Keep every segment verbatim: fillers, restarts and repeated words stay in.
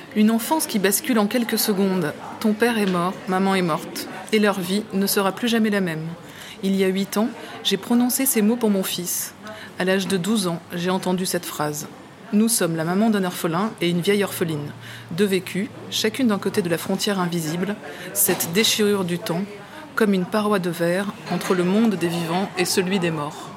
Une enfance qui bascule en quelques secondes. Ton père est mort, maman est morte. Et leur vie ne sera plus jamais la même. Il y a huit ans, j'ai prononcé ces mots pour mon fils. À l'âge de douze ans, j'ai entendu cette phrase. Nous sommes la maman d'un orphelin et une vieille orpheline. Deux vécus, chacune d'un côté de la frontière invisible, cette déchirure du temps, comme une paroi de verre entre le monde des vivants et celui des morts.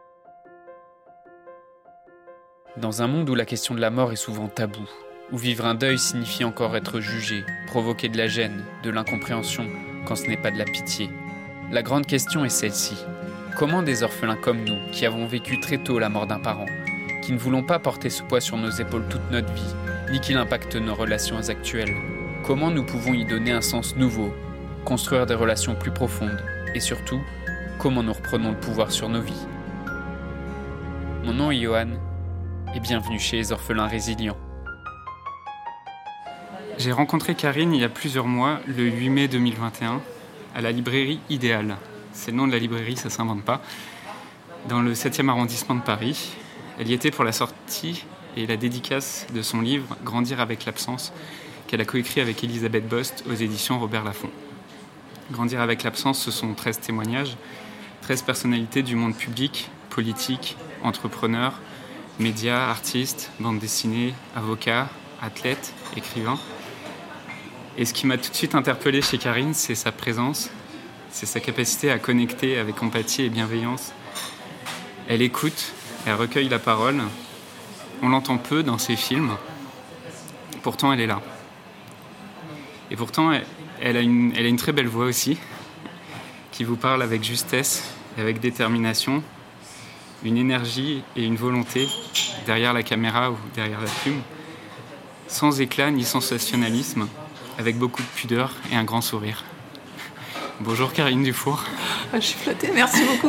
Dans un monde où la question de la mort est souvent taboue, où vivre un deuil signifie encore être jugé, provoquer de la gêne, de l'incompréhension, quand ce n'est pas de la pitié, la grande question est celle-ci. Comment des orphelins comme nous, qui avons vécu très tôt la mort d'un parent, qui ne voulons pas porter ce poids sur nos épaules toute notre vie, ni qu'il impacte nos relations actuelles, comment nous pouvons y donner un sens nouveau, construire des relations plus profondes, et surtout, comment nous reprenons le pouvoir sur nos vies. Mon nom est Johan, et bienvenue chez les orphelins résilients. J'ai rencontré Karine il y a plusieurs mois, le huit mai deux mille vingt et un, à la librairie Idéal. C'est le nom de la librairie, ça ne s'invente pas. Dans le septième arrondissement de Paris. Elle y était pour la sortie et la dédicace de son livre « Grandir avec l'absence » qu'elle a coécrit avec Elisabeth Bost aux éditions Robert Laffont. « Grandir avec l'absence », ce sont treize témoignages, treize personnalités du monde public, politique, entrepreneurs, médias, artistes, bandes dessinées, avocats, athlètes, écrivains. Et ce qui m'a tout de suite interpellé chez Karine, c'est sa présence, c'est sa capacité à connecter avec empathie et bienveillance. Elle écoute, elle recueille la parole. On l'entend peu dans ses films, pourtant elle est là. Et pourtant, elle a une, elle a une très belle voix aussi, qui vous parle avec justesse et avec détermination, une énergie et une volonté derrière la caméra ou derrière la plume, sans éclat ni sensationnalisme, avec beaucoup de pudeur et un grand sourire. Bonjour Karine Dufour. Ah, je suis flattée, merci beaucoup.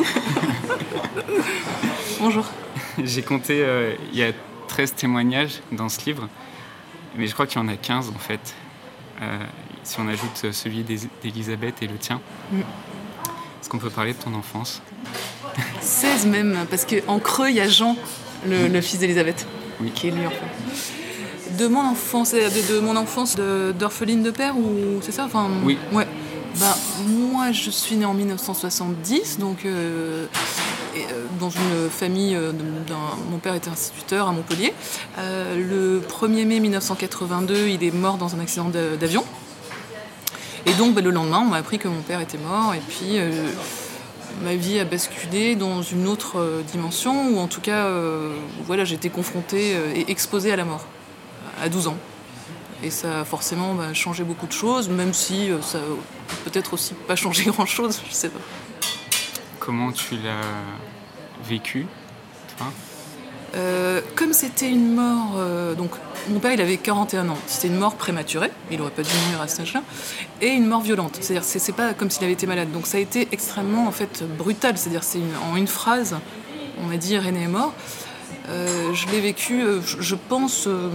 Bonjour. J'ai compté, euh, il y a treize témoignages dans ce livre, mais je crois qu'il y en a quinze en fait, euh, si on ajoute celui d'Elisabeth et le tien. Mm. Est-ce qu'on peut parler de ton enfance ? seize même, parce qu'en creux, il y a Jean, le, mm. le fils d'Elisabeth, oui. Qui est lui en fait. De mon enfance, de, de mon enfance de, d'orpheline de père, ou c'est ça enfin, Oui. Ouais. Ben, moi, je suis née en dix-neuf cent soixante-dix, donc euh, et, euh, dans une famille, euh, d'un, mon père était instituteur à Montpellier. Euh, le premier mai dix-neuf cent quatre-vingt-deux, il est mort dans un accident d'avion. Et donc, ben, le lendemain, on m'a appris que mon père était mort, et puis euh, ma vie a basculé dans une autre euh, dimension, ou en tout cas, euh, voilà, j'ai été confrontée euh, et exposée à la mort, à douze ans. Et ça a forcément bah, changé beaucoup de choses, même si euh, ça n'a peut-être aussi pas changé grand-chose, je sais pas. Comment tu l'as vécu, toi ? euh, Comme c'était une mort... Euh, donc, mon père, il avait quarante et un ans. C'était une mort prématurée, il n'aurait pas dû mourir à cet âge-là, et une mort violente. C'est-à-dire, c'est, c'est pas comme s'il avait été malade. Donc ça a été extrêmement, en fait, brutal. C'est-à-dire, c'est une, en une phrase, on m'a dit « René est mort ». Euh, je l'ai vécu, euh, je, je pense... Euh,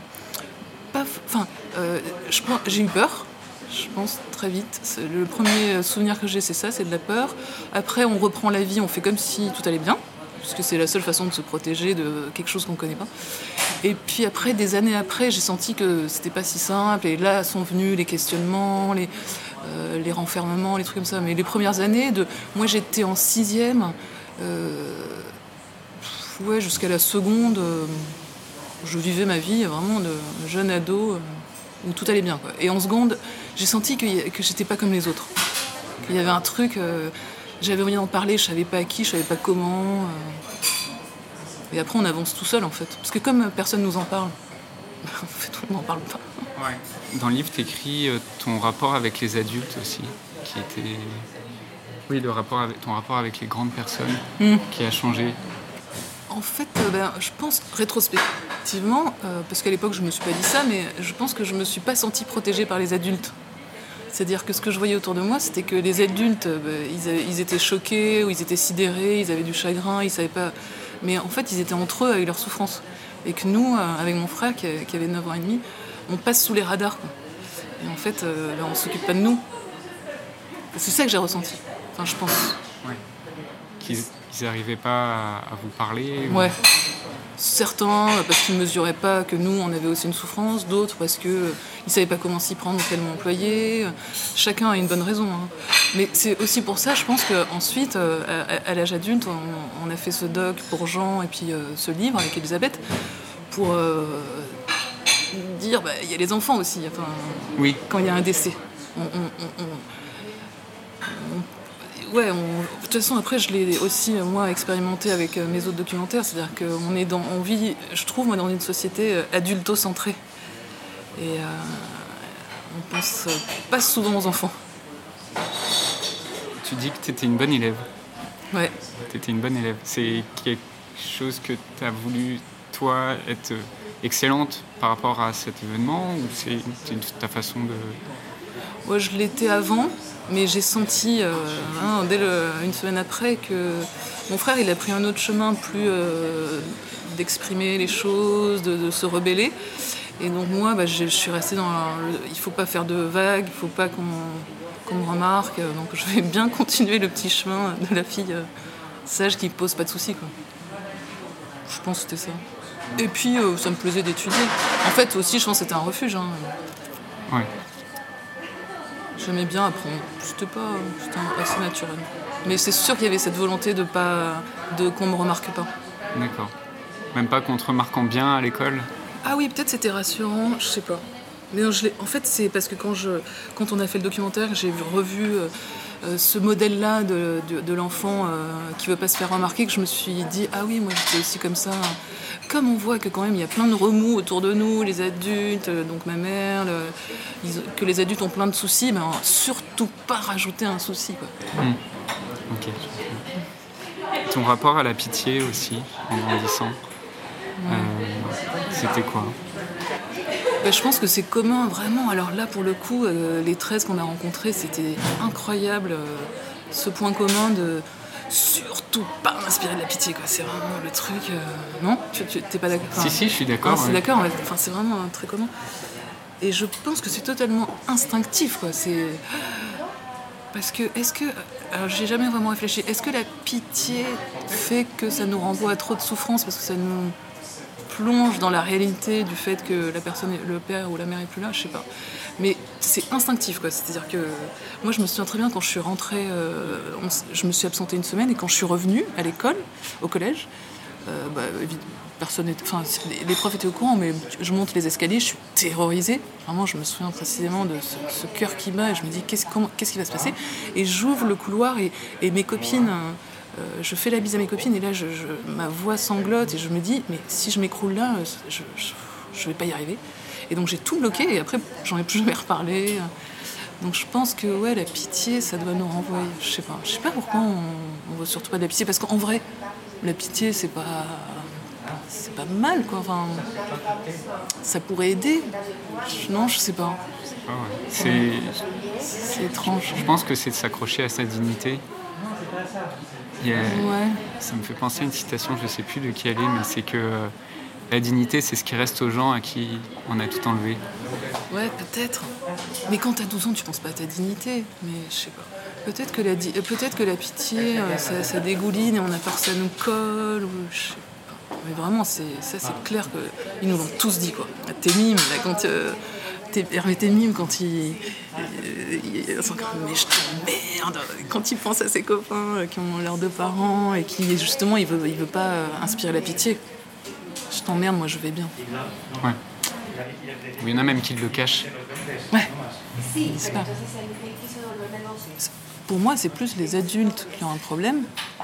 Enfin, euh, je, j'ai eu peur, je pense, très vite. C'est le premier souvenir que j'ai, c'est ça, c'est de la peur. Après, on reprend la vie, on fait comme si tout allait bien, puisque c'est la seule façon de se protéger de quelque chose qu'on ne connaît pas. Et puis après, des années après, j'ai senti que c'était pas si simple. Et là sont venus les questionnements, les, euh, les renfermements, les trucs comme ça. Mais les premières années, de, moi j'étais en sixième, euh, ouais, jusqu'à la seconde... Euh, je vivais ma vie vraiment de jeune ado où tout allait bien, quoi. Et en seconde, j'ai senti que, que j'étais pas comme les autres. Qu'il y avait un truc, euh, j'avais envie d'en parler, je savais pas à qui, je savais pas comment. Euh... Et après, on avance tout seul, en fait. Parce que comme personne nous en parle, en fait, on n'en parle pas. Ouais. Dans le livre, t'écris ton rapport avec les adultes aussi, qui était... Oui, le rapport avec, ton rapport avec les grandes personnes mmh. qui a changé. En fait, euh, ben, je pense rétrospectivement, euh, parce qu'à l'époque je me suis pas dit ça, mais je pense que je me suis pas sentie protégée par les adultes. C'est-à-dire que ce que je voyais autour de moi, c'était que les adultes, euh, ben, ils, avaient, ils étaient choqués, ou ils étaient sidérés, ils avaient du chagrin, ils savaient pas. Mais en fait, ils étaient entre eux avec leur souffrance. Et que nous, euh, avec mon frère qui, qui avait neuf ans et demi, on passe sous les radars, quoi. Et en fait, euh, ben, on s'occupe pas de nous. C'est ça que j'ai ressenti. Enfin, je pense. Ouais. Qu'ils... Ils n'arrivaient pas à vous parler ou... Ouais. Certains parce qu'ils ne mesuraient pas que nous, on avait aussi une souffrance, d'autres parce qu'ils euh, ne savaient pas comment s'y prendre, quel mot employer. Chacun a une bonne raison. Hein. Mais c'est aussi pour ça, je pense qu'ensuite, euh, à, à l'âge adulte, on, on a fait ce doc pour Jean et puis euh, ce livre avec Elisabeth pour euh, dire, bah, y a les enfants aussi, enfin, oui. Quand il y a un décès. On, on, on, on, on, ouais, on, de toute façon, après, je l'ai aussi, moi, expérimenté avec mes autres documentaires. C'est-à-dire qu'on est dans, on vit, je trouve, moi, dans une société adulto-centrée. Et euh, on pense pas souvent aux enfants. Tu dis que tu étais une bonne élève. Ouais. Tu étais une bonne élève. C'est quelque chose que tu as voulu, toi, être excellente par rapport à cet événement, ou c'est, c'est ta façon de... Moi, je l'étais avant, mais j'ai senti, euh, hein, dès le, une semaine après, que mon frère, il a pris un autre chemin, plus euh, d'exprimer les choses, de, de se rebeller. Et donc moi, bah, je, je suis restée dans... Le, il ne faut pas faire de vagues, il ne faut pas qu'on, qu'on me remarque. Donc je vais bien continuer le petit chemin de la fille euh, sage qui ne pose pas de soucis, quoi. Je pense que c'était ça. Et puis, euh, ça me plaisait d'étudier. En fait, aussi, je pense que c'était un refuge. Hein. Ouais. J'aimais bien apprendre. C'était pas, c'était assez naturel. Mais c'est sûr qu'il y avait cette volonté de pas, de qu'on me remarque pas. D'accord. Même pas qu'on te remarque en bien à l'école. Ah oui, peut-être c'était rassurant, je sais pas. Mais non, je l'ai... En fait, c'est parce que quand je, quand on a fait le documentaire, j'ai revu euh, euh, ce modèle-là de, de, de l'enfant euh, qui veut pas se faire remarquer, que je me suis dit ah oui, moi j'étais aussi comme ça. Comme on voit que quand même il y a plein de remous autour de nous, les adultes, donc ma mère, le, ils, que les adultes ont plein de soucis, ben surtout pas rajouter un souci, quoi. Mmh. Ok. Ton rapport à la pitié aussi, en grandissant, ouais. euh, c'était quoi? Ben, je pense que c'est commun, vraiment. Alors là, pour le coup, euh, les treize qu'on a rencontrés, c'était incroyable, euh, ce point commun de surtout pas m'inspirer de la pitié, quoi. C'est vraiment le truc... Euh... Non, tu, tu t'es pas d'accord? Enfin, si, si, je suis d'accord. Non, c'est ouais. d'accord, ouais. Enfin, c'est vraiment un très commun. Et je pense que c'est totalement instinctif, quoi. C'est... Parce que, est-ce que... Alors, j'ai jamais vraiment réfléchi. Est-ce que la pitié fait que ça nous renvoie à trop de souffrance parce que ça nous plonge dans la réalité du fait que la personne, le père ou la mère est plus là? Je sais pas. Mais c'est instinctif, quoi. C'est-à-dire que moi, je me souviens très bien quand je suis rentrée, euh, on, je me suis absentée une semaine et quand je suis revenue à l'école, au collège, euh, bah, personne n'était, enfin, les, les profs étaient au courant, mais je monte les escaliers, je suis terrorisée. Vraiment, je me souviens précisément de ce, ce cœur qui bat et je me dis qu'est-ce, comment, qu'est-ce qui va se passer? Et j'ouvre le couloir et, et mes copines. Euh, je fais la bise à mes copines et là, je, je, ma voix sanglote et je me dis mais si je m'écroule là, je, je, je vais pas y arriver. Et donc j'ai tout bloqué et après j'en ai plus jamais reparlé. Donc je pense que ouais, la pitié, ça doit nous renvoyer. Je sais pas. Je sais pas pourquoi on, on veut surtout pas de la pitié, parce qu'en vrai, la pitié c'est pas c'est pas mal, quoi. Enfin, ça pourrait aider. Non, je sais pas. Ah ouais. C'est c'est étrange. Je pense que c'est de s'accrocher à sa dignité. Yeah. Ouais. Ça me fait penser à une citation, je sais plus de qui elle est, mais c'est que euh, la dignité, c'est ce qui reste aux gens à qui on a tout enlevé. Ouais, peut-être. Mais quand t'as douze ans, tu penses pas à ta dignité. Mais je sais pas. Peut-être que la, di... peut-être que la pitié, euh, ça, ça dégouline et on a peur que ça nous colle. Ou je sais pas. Mais vraiment, c'est... ça, c'est clair qu'ils nous l'ont tous dit, quoi. T'es mime, là, quand... Euh... Hervé Témime, quand il, il, il mais je t'emmerde, quand il pense à ses copains qui ont leurs deux parents et qui justement il veut, il veut pas inspirer la pitié. Je t'emmerde, moi je vais bien. Ouais. Il y en a même qui le cachent. Ouais. C'est pas. Pour moi, c'est plus les adultes qui ont un problème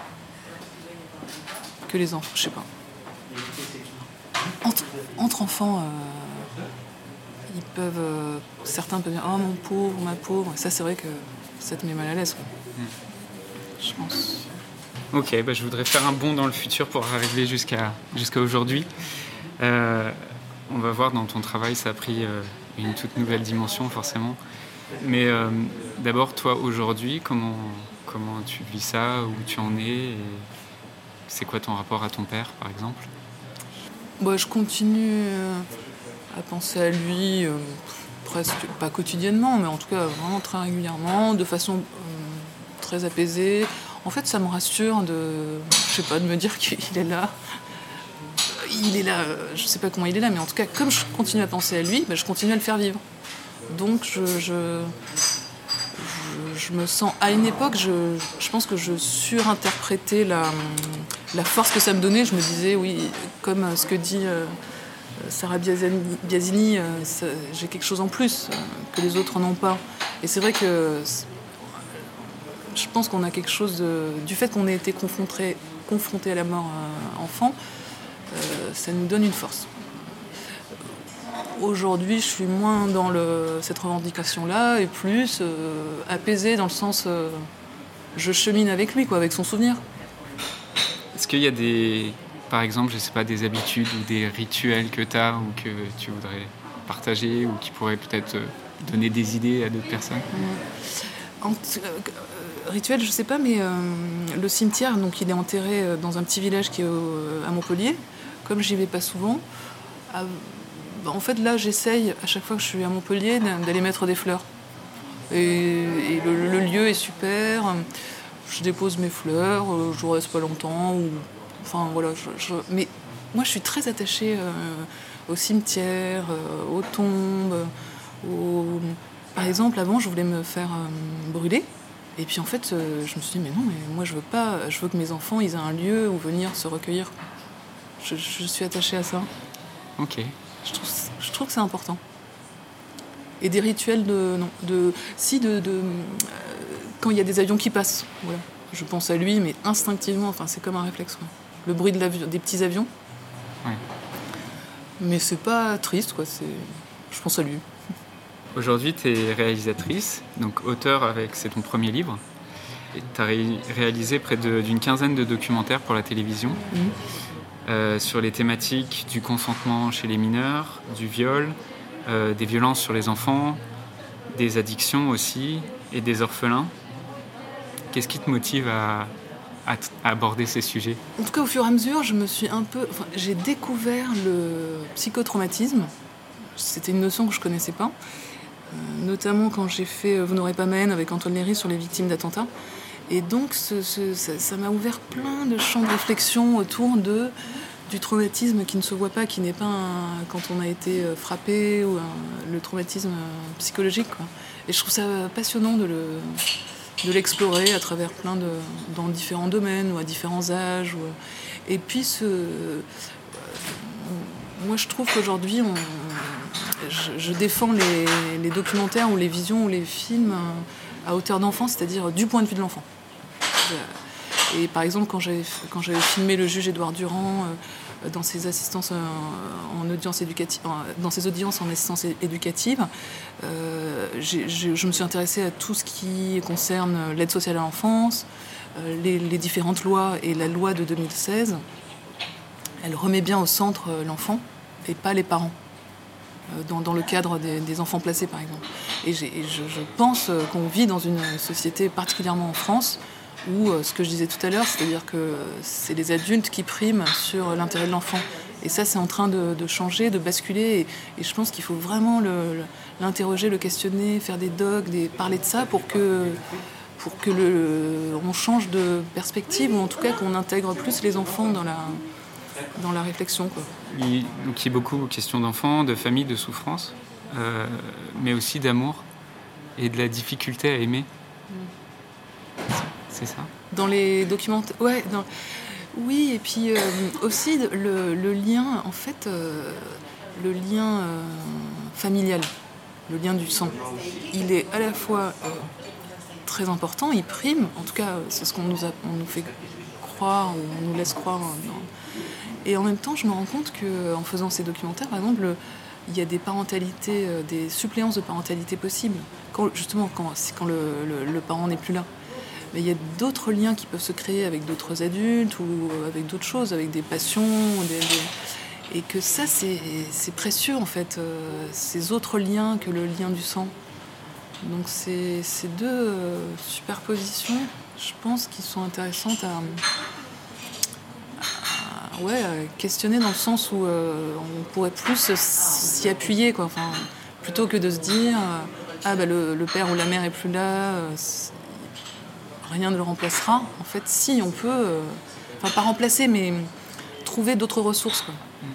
que les enfants. Je sais pas. Entre, entre enfants. Euh... Ils peuvent, euh, certains peuvent dire « Oh mon pauvre, ma pauvre », ça c'est vrai que ça te met mal à l'aise, quoi. Mm. Je pense. Ok, bah, je voudrais faire un bond dans le futur pour arriver jusqu'à, jusqu'à aujourd'hui. Euh, on va voir, dans ton travail, ça a pris euh, une toute nouvelle dimension forcément. Mais euh, d'abord, toi aujourd'hui, comment, comment tu vis ça, où tu en es, et c'est quoi ton rapport à ton père par exemple? Bah, je continue... Euh... à penser à lui, euh, presque pas quotidiennement, mais en tout cas vraiment très régulièrement, de façon euh, très apaisée. En fait, ça me rassure de, je sais pas, de me dire qu'il est là. il est là, euh, je sais pas comment il est là, mais en tout cas, comme je continue à penser à lui, bah, je continue à le faire vivre. Donc je, je, je, je me sens... À une époque, je, je pense que je surinterprétais la, la force que ça me donnait. Je me disais, oui, comme ce que dit euh, Sarah Biasini, Biasini euh, ça, j'ai quelque chose en plus euh, que les autres n'ont pas. Et c'est vrai que je pense qu'on a quelque chose de, du fait qu'on ait été confronté, confronté à la mort euh, enfant, euh, ça nous donne une force. Aujourd'hui, je suis moins dans le, cette revendication-là et plus euh, apaisée dans le sens euh, je chemine avec lui, quoi, avec son souvenir. Est-ce qu'il y a des, par exemple, je sais pas, des habitudes ou des rituels que tu as ou que tu voudrais partager ou qui pourraient peut-être donner des idées à d'autres personnes? Mmh. En, euh, rituel, je sais pas, mais euh, le cimetière, donc il est enterré dans un petit village qui est au, à Montpellier. Comme j'y vais pas souvent, à, en fait, là, j'essaye, à chaque fois que je suis à Montpellier, d'aller mettre des fleurs. Et, et le, le lieu est super. Je dépose mes fleurs, je reste pas longtemps. Ou, enfin, voilà. Je, je, mais moi, je suis très attachée euh, au cimetière, euh, aux tombes. Aux... Par exemple, avant, je voulais me faire euh, brûler. Et puis, en fait, euh, je me suis dit, mais non, mais moi, je veux pas. Je veux que mes enfants, ils aient un lieu où venir se recueillir. Je, je suis attachée à ça. Ok. Je trouve, je trouve que c'est important. Et des rituels de... Non, de si, de... de euh, quand il y a des avions qui passent, voilà. Je pense à lui, mais instinctivement, enfin, c'est comme un réflexe. Quoi. Le bruit de l'avion, des petits avions. Ouais. Mais c'est pas triste, quoi. C'est... Je pense à lui. Aujourd'hui, tu es réalisatrice, donc auteur avec... C'est ton premier livre. Et tu as ré... réalisé près de... d'une quinzaine de documentaires pour la télévision. Mmh. Euh, sur les thématiques du consentement chez les mineurs, du viol, euh, des violences sur les enfants, des addictions aussi, et des orphelins. Qu'est-ce qui te motive à, à, t- à aborder ces sujets? En tout cas, au fur et à mesure, je me suis un peu... Enfin, j'ai découvert le psychotraumatisme. C'était une notion que je ne connaissais pas. Euh, notamment quand j'ai fait Vous n'aurez pas ma haine avec Antoine Léry sur les victimes d'attentats. Et donc, ce, ce, ça, ça m'a ouvert plein de champs de réflexion autour de, du traumatisme qui ne se voit pas, qui n'est pas un, quand on a été frappé, ou un, le traumatisme psychologique, quoi. Et je trouve ça passionnant de, le, de l'explorer à travers plein de... dans différents domaines, ou à différents âges. Ou, et puis, ce, moi, je trouve qu'aujourd'hui, on, je, je défends les, les documentaires, ou les visions, ou les films à hauteur d'enfant, c'est-à-dire du point de vue de l'enfant. Et par exemple, quand j'avais, quand j'avais filmé le juge Édouard Durand euh, dans ses assistances euh, en audience éducative, dans ses audiences en assistance éducative, euh, j'ai, j'ai, je me suis intéressée à tout ce qui concerne l'aide sociale à l'enfance, euh, les, les différentes lois, et la loi de deux mille seize, elle remet bien au centre euh, l'enfant et pas les parents. Dans, dans le cadre des, des enfants placés, par exemple. Et, j'ai, et je, je pense qu'on vit dans une société, particulièrement en France, où, ce que je disais tout à l'heure, c'est-à-dire que c'est les adultes qui priment sur l'intérêt de l'enfant. Et ça, c'est en train de, de changer, de basculer. Et, et je pense qu'il faut vraiment le, le, l'interroger, le questionner, faire des docs, des, parler de ça pour que, pour que le, on change de perspective, ou en tout cas qu'on intègre plus les enfants dans la... dans la réflexion, quoi. Il, donc il y a beaucoup de questions d'enfants, de famille, de souffrance, euh, mais aussi d'amour et de la difficulté à aimer. Mm. C'est ça? Dans les documentaires... Ouais, dans... Oui, et puis euh, aussi le, le lien, en fait, euh, le lien euh, familial, le lien du sang. Il est à la fois euh, très important, il prime, en tout cas, c'est ce qu'on nous, a, on nous fait croire, ou on nous laisse croire dans... Et en même temps, je me rends compte qu'en faisant ces documentaires, par exemple, il y a des parentalités, des suppléances de parentalité possibles, quand, justement quand, quand le, le, le parent n'est plus là. Mais il y a d'autres liens qui peuvent se créer avec d'autres adultes, ou avec d'autres choses, avec des passions. Des, des... Et que ça, c'est, c'est précieux, en fait, euh, ces autres liens que le lien du sang. Donc c'est ces deux euh, superpositions, je pense, qui sont intéressantes à... Ouais, questionner dans le sens où euh, on pourrait plus s'y appuyer, quoi. Enfin, plutôt que de se dire euh, ah bah le, le père ou la mère est plus là, euh, rien ne le remplacera. En fait, si on peut, euh, enfin pas remplacer, mais trouver d'autres ressources, quoi. Mmh.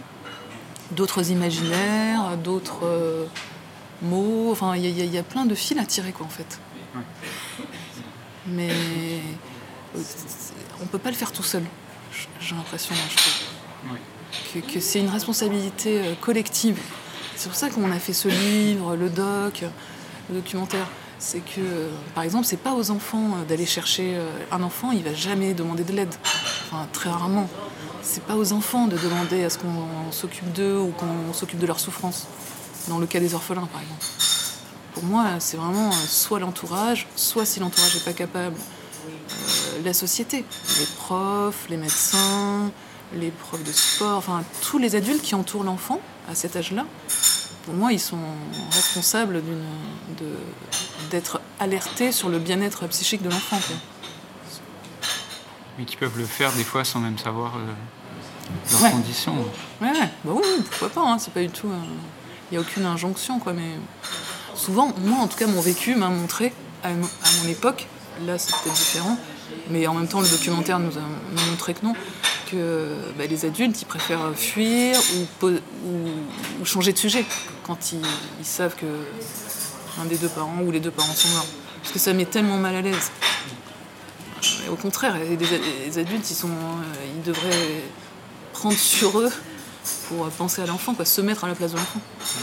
d'autres imaginaires, d'autres euh, mots. Enfin, il y, y, y a plein de fils à tirer, quoi, en fait. Ouais. Mais euh, on peut pas le faire tout seul. J'ai l'impression, je trouve, ouais. que, que c'est une responsabilité euh, collective. C'est pour ça qu'on a fait ce livre, le doc, le documentaire. C'est que, euh, par exemple, c'est pas aux enfants euh, d'aller chercher euh, un enfant, il va jamais demander de l'aide. Enfin, très rarement. C'est pas aux enfants de demander à ce qu'on s'occupe d'eux ou qu'on s'occupe de leur souffrance. Dans le cas des orphelins, par exemple. Pour moi, c'est vraiment euh, soit l'entourage, soit si l'entourage n'est pas capable, euh, la société. Les profs, les médecins, les profs de sport, enfin, tous les adultes qui entourent l'enfant à cet âge-là, pour moi, ils sont responsables d'une, de, d'être alertés sur le bien-être psychique de l'enfant, quoi. Mais qui peuvent le faire des fois sans même savoir euh, leurs ouais. conditions. Ouais, ouais. Bah oui, pourquoi pas, hein. C'est pas du tout... Il n'y a aucune injonction, quoi, mais... Souvent, moi, en tout cas, mon vécu m'a montré, à mon, à mon époque, là, c'est peut-être différent, mais en même temps, le documentaire nous a montré que non, que bah, les adultes, ils préfèrent fuir ou, ou, ou changer de sujet quand ils, ils savent que un des deux parents ou les deux parents sont morts. Parce que ça met tellement mal à l'aise. Et au contraire, les, les adultes, ils, sont, ils devraient prendre sur eux pour penser à l'enfant, quoi, se mettre à la place de l'enfant.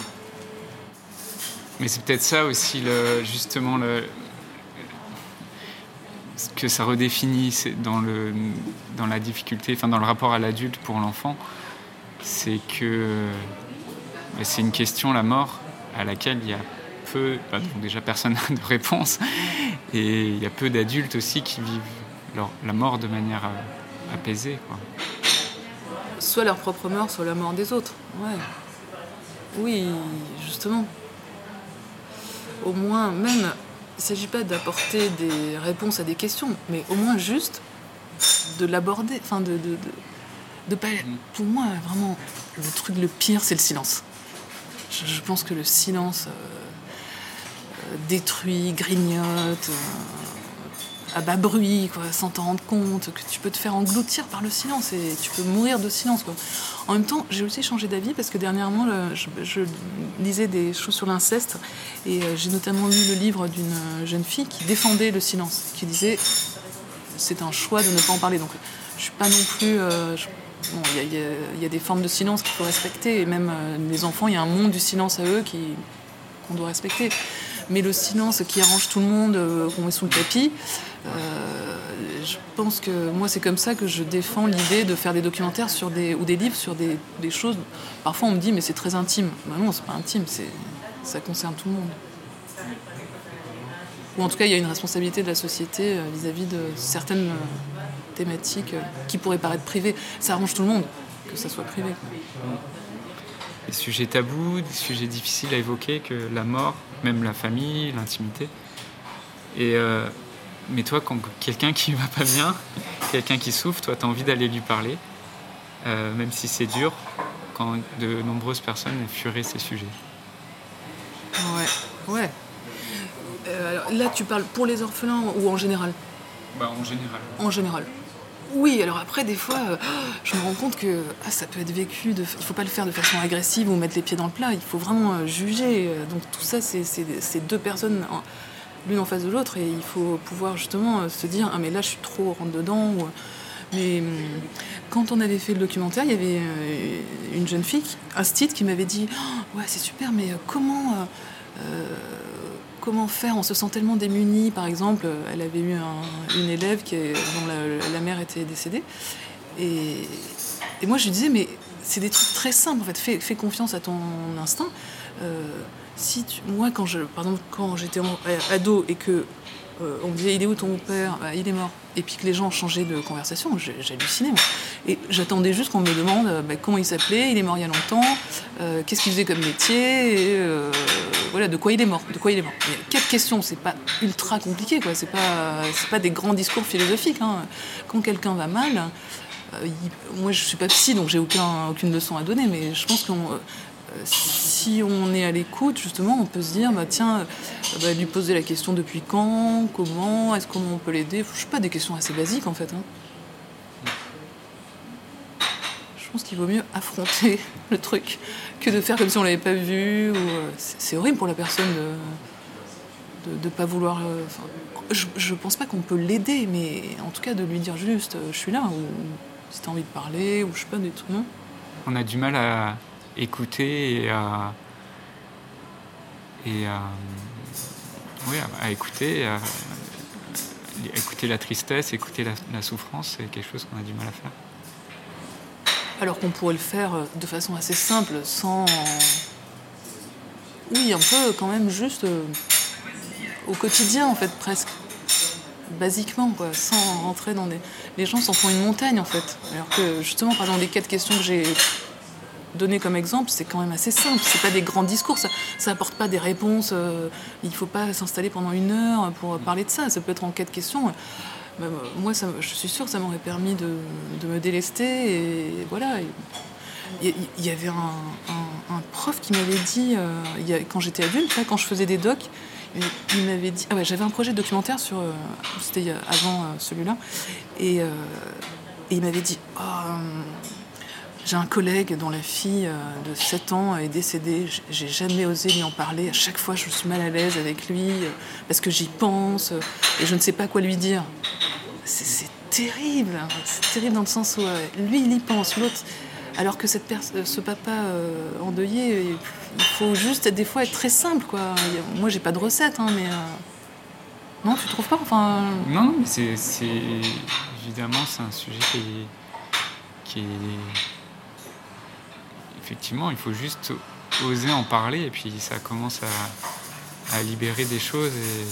Mais c'est peut-être ça aussi, le, justement, le, ce que ça redéfinit c'est dans, le, dans la difficulté, enfin dans le rapport à l'adulte pour l'enfant, c'est que bah, c'est une question, la mort, à laquelle il y a peu, bah, donc déjà personne n'a de réponse, et il y a peu d'adultes aussi qui vivent leur, la mort de manière euh, apaisée, quoi. Soit leur propre mort, soit la mort des autres. Ouais. Oui, justement. Au moins, même, il ne s'agit pas d'apporter des réponses à des questions, mais au moins juste de l'aborder. Enfin, de, de, de, de pas... Pour moi, vraiment, le truc le pire, c'est le silence. Je, je pense que le silence euh, détruit, grignote, euh, à bas bruit, quoi, sans t'en rendre compte, que tu peux te faire engloutir par le silence et tu peux mourir de silence, quoi. En même temps, j'ai aussi changé d'avis parce que dernièrement, le, je, je lisais des choses sur l'inceste et euh, j'ai notamment lu le livre d'une jeune fille qui défendait le silence, qui disait c'est un choix de ne pas en parler. Donc, je suis pas non plus... Euh, je, bon, il y, y, y a des formes de silence qu'il faut respecter et même euh, les enfants, il y a un monde du silence à eux qui, qu'on doit respecter. Mais le silence qui arrange tout le monde, euh, qu'on met sous le tapis, euh, je pense que moi c'est comme ça que je défends l'idée de faire des documentaires sur des, ou des livres sur des, des choses. Parfois on me dit mais c'est très intime. Ben non, c'est pas intime, c'est, ça concerne tout le monde. Ou en tout cas il y a une responsabilité de la société euh, vis-à-vis de certaines euh, thématiques euh, qui pourraient paraître privées. Ça arrange tout le monde que ça soit privé, quoi. Des sujets tabous, des sujets difficiles à évoquer, que la mort, même la famille, l'intimité. Et euh, mais toi, quand quelqu'un qui va pas bien, quelqu'un qui souffre, toi, tu as envie d'aller lui parler, euh, même si c'est dur, quand de nombreuses personnes effleuraient ces sujets. Ouais, ouais. Euh, alors, là, tu parles pour les orphelins ou en général ? Bah, en général. En général. Oui, alors après, des fois, euh, je me rends compte que ah, ça peut être vécu, de, il ne faut pas le faire de façon agressive ou mettre les pieds dans le plat, il faut vraiment euh, juger. Donc tout ça, c'est, c'est, c'est deux personnes, hein, l'une en face de l'autre, et il faut pouvoir justement euh, se dire « Ah mais là, je suis trop rentre dedans ou... ». Mais hum, quand on avait fait le documentaire, il y avait euh, une jeune fille, un style, qui m'avait dit oh, « Ouais, c'est super, mais euh, comment... Euh, euh, » Comment faire ? On se sent tellement démunis. Par exemple, elle avait eu un, une élève qui est, dont la, la mère était décédée. Et, et moi, je lui disais, mais c'est des trucs très simples, en fait. Fais, fais confiance à ton instinct. Euh, si tu, moi, quand je, par exemple, quand j'étais ado et que euh, on me disait, il est où ton père ? Bah, il est mort. Et puis que les gens changeaient de conversation, j'hallucinais, moi. Et j'attendais juste qu'on me demande bah, comment il s'appelait, il est mort il y a longtemps, euh, qu'est-ce qu'il faisait comme métier, et euh, voilà, de quoi il est mort, de quoi il est mort. Il y a quatre questions, c'est pas ultra compliqué, quoi. C'est pas, c'est pas des grands discours philosophiques, hein. Quand quelqu'un va mal, euh, il, moi je suis pas psy, donc j'ai aucun, aucune leçon à donner, mais je pense qu'on... Euh, si on est à l'écoute, justement, on peut se dire, bah, tiens, bah, lui poser la question depuis quand, comment, est-ce qu'on peut l'aider ? Je sais pas, des questions assez basiques, en fait. Hein. pense qu'il vaut mieux affronter le truc que de faire comme si on l'avait pas vu. Ou, euh, c'est, c'est horrible pour la personne de de, de pas vouloir. Euh, je, je pense pas qu'on peut l'aider, mais en tout cas de lui dire juste, euh, je suis là, ou si t'as envie de parler, ou je sais pas, des trucs, non. On a du mal à écouter et à et à oui, à, à écouter, à, à écouter la tristesse, écouter la, la souffrance, c'est quelque chose qu'on a du mal à faire. Alors qu'on pourrait le faire de façon assez simple, sans... Oui, un peu quand même juste euh, au quotidien, en fait, presque. Basiquement, quoi, sans rentrer dans des... Les gens s'en font une montagne, en fait. Alors que, justement, par exemple, les quatre questions que j'ai données comme exemple, c'est quand même assez simple. C'est pas des grands discours, ça, ça apporte pas des réponses. Euh, il faut pas s'installer pendant une heure pour parler de ça. Ça peut être en quatre questions. Ben, moi, ça, je suis sûre que ça m'aurait permis de, de me délester. Et voilà. Il y, y avait un, un, un prof qui m'avait dit, euh, il y a, quand j'étais adulte, là, quand je faisais des docs, il, il m'avait dit... Ah ouais, j'avais un projet de documentaire sur... Euh, c'était avant euh, celui-là. Et, euh, et il m'avait dit... Oh, euh, j'ai un collègue dont la fille euh, de sept ans est décédée. J'ai jamais osé lui en parler. À chaque fois, je suis mal à l'aise avec lui euh, parce que j'y pense euh, et je ne sais pas quoi lui dire. C'est, c'est terrible. Hein. C'est terrible dans le sens où euh, lui, il y pense, l'autre... Alors que cette pers- ce papa euh, endeuillé, il faut juste des fois être très simple, quoi. Moi, j'ai pas de recette, hein, mais euh... non, tu trouves pas, enfin. Non, non, mais c'est, c'est évidemment c'est un sujet qui est, qui est... effectivement, il faut juste oser en parler et puis ça commence à, à libérer des choses.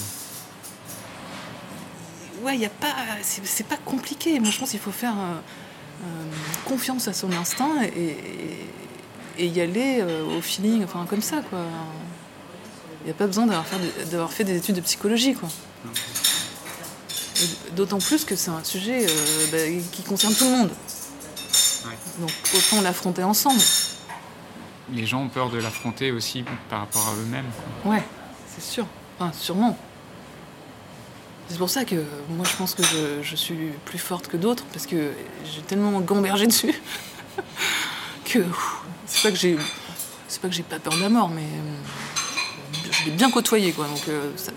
Et... Ouais, il y a pas, c'est, c'est pas compliqué. Moi, je pense qu'il faut faire. Euh... Euh, confiance à son instinct et, et, et y aller euh, au feeling, enfin comme ça, quoi. Il n'y a pas besoin d'avoir fait, de, d'avoir fait des études de psychologie, quoi. Et d'autant plus que c'est un sujet euh, bah, qui concerne tout le monde. Ouais. Donc autant l'affronter ensemble. Les gens ont peur de l'affronter aussi par rapport à eux-mêmes, quoi. Ouais, c'est sûr. Enfin, sûrement. C'est pour ça que moi je pense que je, je suis plus forte que d'autres parce que j'ai tellement gambergé dessus que ouf, c'est pas que j'ai c'est pas que j'ai pas peur de la mort, mais je l'ai bien côtoyé, quoi. Donc euh, ça...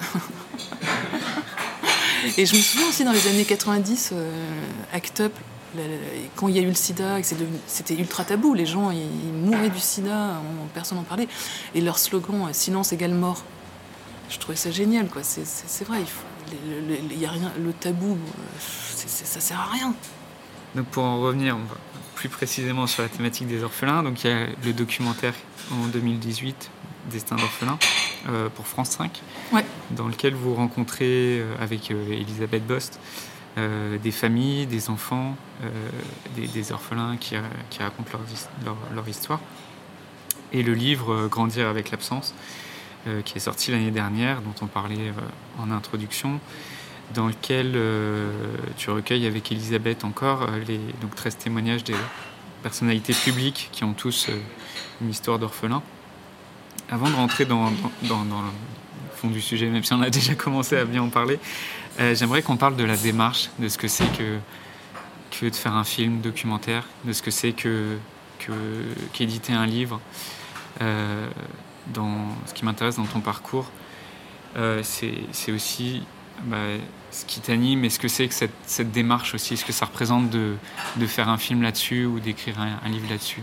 Et je me souviens aussi dans les années quatre-vingt-dix, euh, Act Up, la, la, quand il y a eu le sida, et que c'est devenu, c'était ultra tabou, les gens ils, ils mouraient du sida, on, personne n'en parlait, et leur slogan silence égale mort. Je trouvais ça génial, quoi. C'est, c'est, c'est vrai, il faut. Le, le, le, y a rien, le tabou, c'est, c'est, ça sert à rien. Donc pour en revenir plus précisément sur la thématique des orphelins, donc il y a le documentaire en deux mille dix-huit, Destin d'orphelin, euh, pour France cinq, ouais. Dans lequel vous rencontrez euh, avec euh, Elisabeth Bost euh, des familles, des enfants, euh, des, des orphelins qui, qui racontent leur, leur, leur histoire. Et le livre euh, Grandir avec l'absence, Euh, qui est sorti l'année dernière, dont on parlait euh, en introduction, dans lequel euh, tu recueilles avec Elisabeth encore euh, les donc, treize témoignages des personnalités publiques qui ont tous euh, une histoire d'orphelin. Avant de rentrer dans, dans, dans, dans le fond du sujet, même si on a déjà commencé à bien en parler, euh, j'aimerais qu'on parle de la démarche, de ce que c'est que, que de faire un film documentaire, de ce que c'est que, que, qu'éditer un livre. Euh, Dans ce qui m'intéresse dans ton parcours, euh, c'est, c'est aussi bah, ce qui t'anime et ce que c'est que cette, cette démarche aussi, ce que ça représente de, de faire un film là-dessus ou d'écrire un, un livre là-dessus.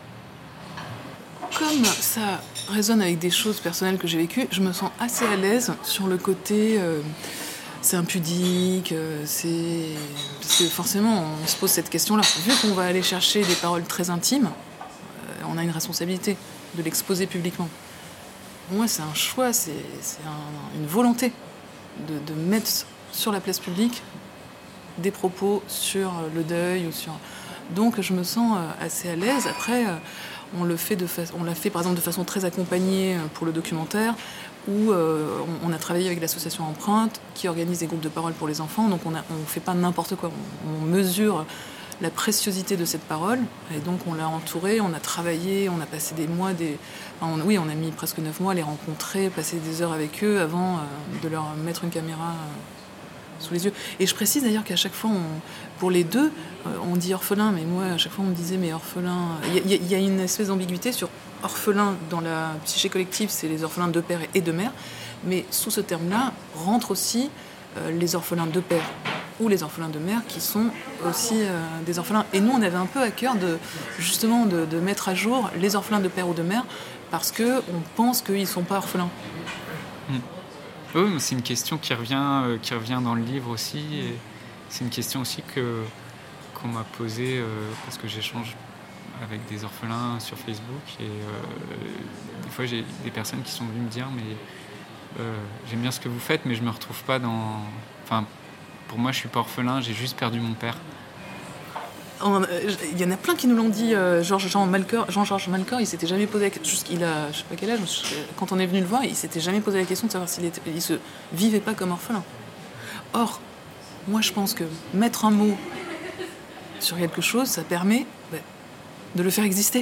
Comme ça résonne avec des choses personnelles que j'ai vécues, je me sens assez à l'aise sur le côté euh, c'est impudique, euh, c'est... parce que forcément on se pose cette question-là. Vu qu'on va aller chercher des paroles très intimes, euh, on a une responsabilité de l'exposer publiquement. Moi, c'est un choix, c'est, c'est un, une volonté de, de mettre sur la place publique des propos sur le deuil ou sur. Donc, je me sens assez à l'aise. Après, on le fait de fa... on l'a fait par exemple de façon très accompagnée pour le documentaire, où euh, on, on a travaillé avec l'association Empreinte, qui organise des groupes de parole pour les enfants. Donc, on ne fait pas n'importe quoi. On, on mesure la préciosité de cette parole, et donc on l'a entourée, on a travaillé, on a passé des mois, des... Enfin, on, oui, on a mis presque neuf mois à les rencontrer, passer des heures avec eux avant euh, de leur mettre une caméra sous les yeux. Et je précise d'ailleurs qu'à chaque fois, on, pour les deux, euh, on dit orphelin, mais moi, à chaque fois, on me disait, mais orphelin... Il y, y, y a une espèce d'ambiguïté sur orphelin dans la psyché collective, c'est les orphelins de père et de mère, mais sous ce terme-là rentrent aussi euh, les orphelins de père ou les orphelins de mère qui sont aussi euh, des orphelins. Et nous, on avait un peu à cœur de, justement de, de mettre à jour les orphelins de père ou de mère parce qu'on pense qu'ils ne sont pas orphelins. Mmh. Oui, c'est une question qui revient, euh, qui revient dans le livre aussi. Et c'est une question aussi que, qu'on m'a posée euh, parce que j'échange avec des orphelins sur Facebook. Et euh, des fois, j'ai des personnes qui sont venues me dire « mais euh, j'aime bien ce que vous faites, mais je ne me retrouve pas dans... » Enfin, pour moi, je ne suis pas orphelin, j'ai juste perdu mon père. Il y en a plein qui nous l'ont dit. euh, Georges Jean Malcor, Jean-Georges Malcor, il s'était jamais posé la question. Il a, je sais pas quel âge, quand on est venu le voir, il s'était jamais posé la question de savoir s'il était, il se vivait pas comme orphelin. Or, moi, je pense que mettre un mot sur quelque chose, ça permet bah, de le faire exister.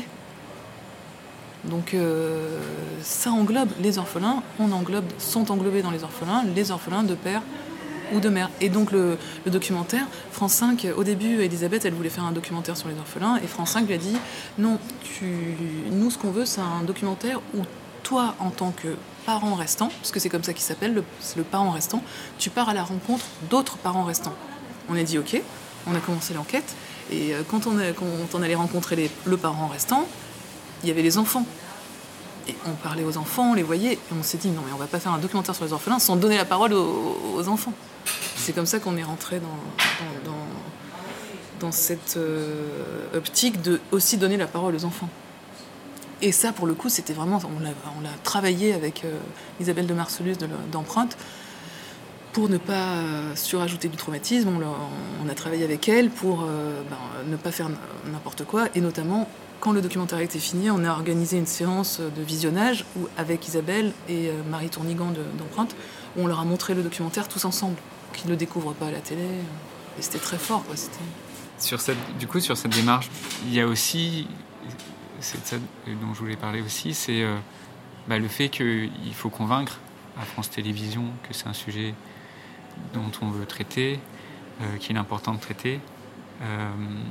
Donc, euh, ça englobe les orphelins. On englobe, sont englobés dans les orphelins, les orphelins de père ou de mère. Et donc le, le documentaire, France cinq, au début, Elisabeth, elle voulait faire un documentaire sur les orphelins, et France cinq lui a dit, non, tu... nous, ce qu'on veut, c'est un documentaire où toi, en tant que parent restant, parce que c'est comme ça qu'il s'appelle, le, c'est le parent restant, tu pars à la rencontre d'autres parents restants. On a dit, ok, on a commencé l'enquête, et quand on, a, quand on allait rencontrer les, le parent restant, il y avait les enfants. Et on parlait aux enfants, on les voyait, et on s'est dit, non, mais on va pas faire un documentaire sur les orphelins sans donner la parole aux, aux enfants. C'est comme ça qu'on est rentré dans, dans, dans, dans cette euh, optique de aussi donner la parole aux enfants. Et ça, pour le coup, c'était vraiment... On l'a, on l'a travaillé avec euh, Isabelle de Marcellus de, d'Empreinte pour ne pas euh, surajouter du traumatisme. On, l'a, on a travaillé avec elle pour euh, ben, ne pas faire n'importe quoi, et notamment... Quand le documentaire a été fini, on a organisé une séance de visionnage où, avec Isabelle et euh, Marie Tournigan de, d'Empreinte, où on leur a montré le documentaire tous ensemble, qu'ils ne le découvrent pas à la télé. Et c'était très fort, quoi. C'était... Sur cette, du coup, sur cette démarche, il y a aussi, c'est ça dont je voulais parler aussi, c'est euh, bah, le fait qu'il faut convaincre à France Télévisions que c'est un sujet dont on veut traiter, euh, qu'il est important de traiter. Euh,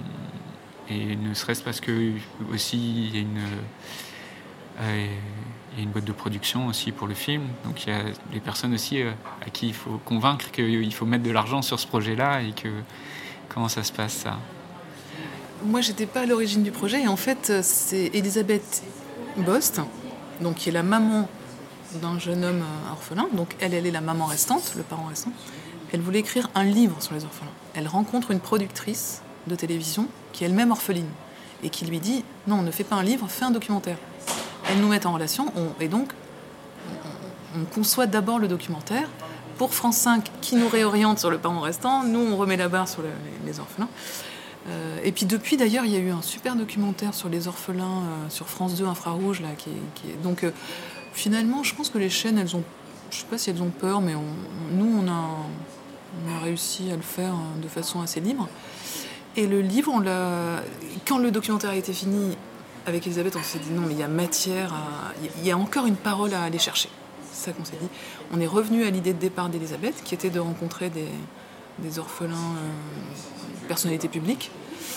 Et ne serait-ce parce que aussi il y a une, euh, il y a une boîte de production aussi pour le film. Donc il y a des personnes aussi euh, à qui il faut convaincre qu'il faut mettre de l'argent sur ce projet-là et que comment ça se passe ça. Moi, j'étais pas à l'origine du projet, et en fait, c'est Elisabeth Bost, donc qui est la maman d'un jeune homme orphelin. Donc elle, elle est la maman restante, le parent restant. Elle voulait écrire un livre sur les orphelins. Elle rencontre une productrice de télévision qui est elle-même orpheline et qui lui dit non, ne fais pas un livre, fais un documentaire. Elles nous mettent en relation, on, et donc on, on conçoit d'abord le documentaire pour France cinq qui nous réoriente sur le parent restant, nous on remet la barre sur le, les, les orphelins. Euh, et puis depuis d'ailleurs il y a eu un super documentaire sur les orphelins euh, sur France deux Infrarouge là, qui, qui est... donc euh, finalement je pense que les chaînes elles ont, je sais pas si elles ont peur, mais on, on, nous on a, on a réussi à le faire de façon assez libre. Et le livre, on l'a... quand le documentaire a été fini avec Elisabeth, on s'est dit non, mais il y a matière, à... il y a encore une parole à aller chercher. C'est ça qu'on s'est dit. On est revenu à l'idée de départ d'Elisabeth, qui était de rencontrer des, des orphelins, euh, personnalités publiques.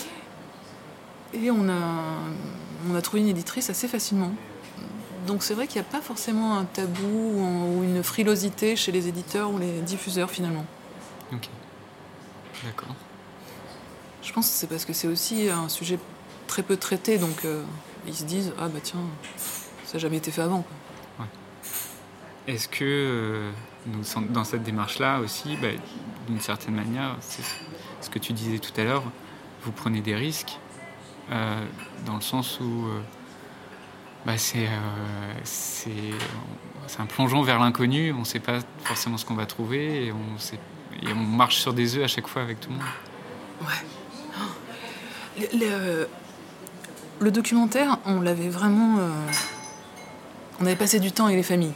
Et on a... on a trouvé une éditrice assez facilement. Donc c'est vrai qu'il n'y a pas forcément un tabou ou une frilosité chez les éditeurs ou les diffuseurs finalement. Ok, d'accord. Je pense que c'est parce que c'est aussi un sujet très peu traité, donc euh, ils se disent « Ah bah tiens, ça n'a jamais été fait avant. » Ouais. Est-ce que euh, dans cette démarche-là aussi, bah, d'une certaine manière, c'est ce que tu disais tout à l'heure, vous prenez des risques, euh, dans le sens où euh, bah, c'est, euh, c'est, c'est un plongeon vers l'inconnu, on ne sait pas forcément ce qu'on va trouver, et on, sait, et on marche sur des œufs à chaque fois avec tout le monde. Ouais. Le, le, le documentaire, on l'avait vraiment... Euh, on avait passé du temps avec les familles.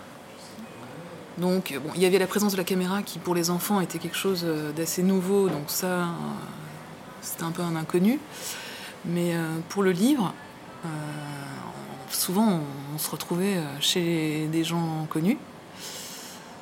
Donc, bon, il y avait la présence de la caméra qui, pour les enfants, était quelque chose d'assez nouveau. Donc ça, euh, c'était un peu un inconnu. Mais euh, pour le livre, euh, souvent, on, on se retrouvait chez des gens connus.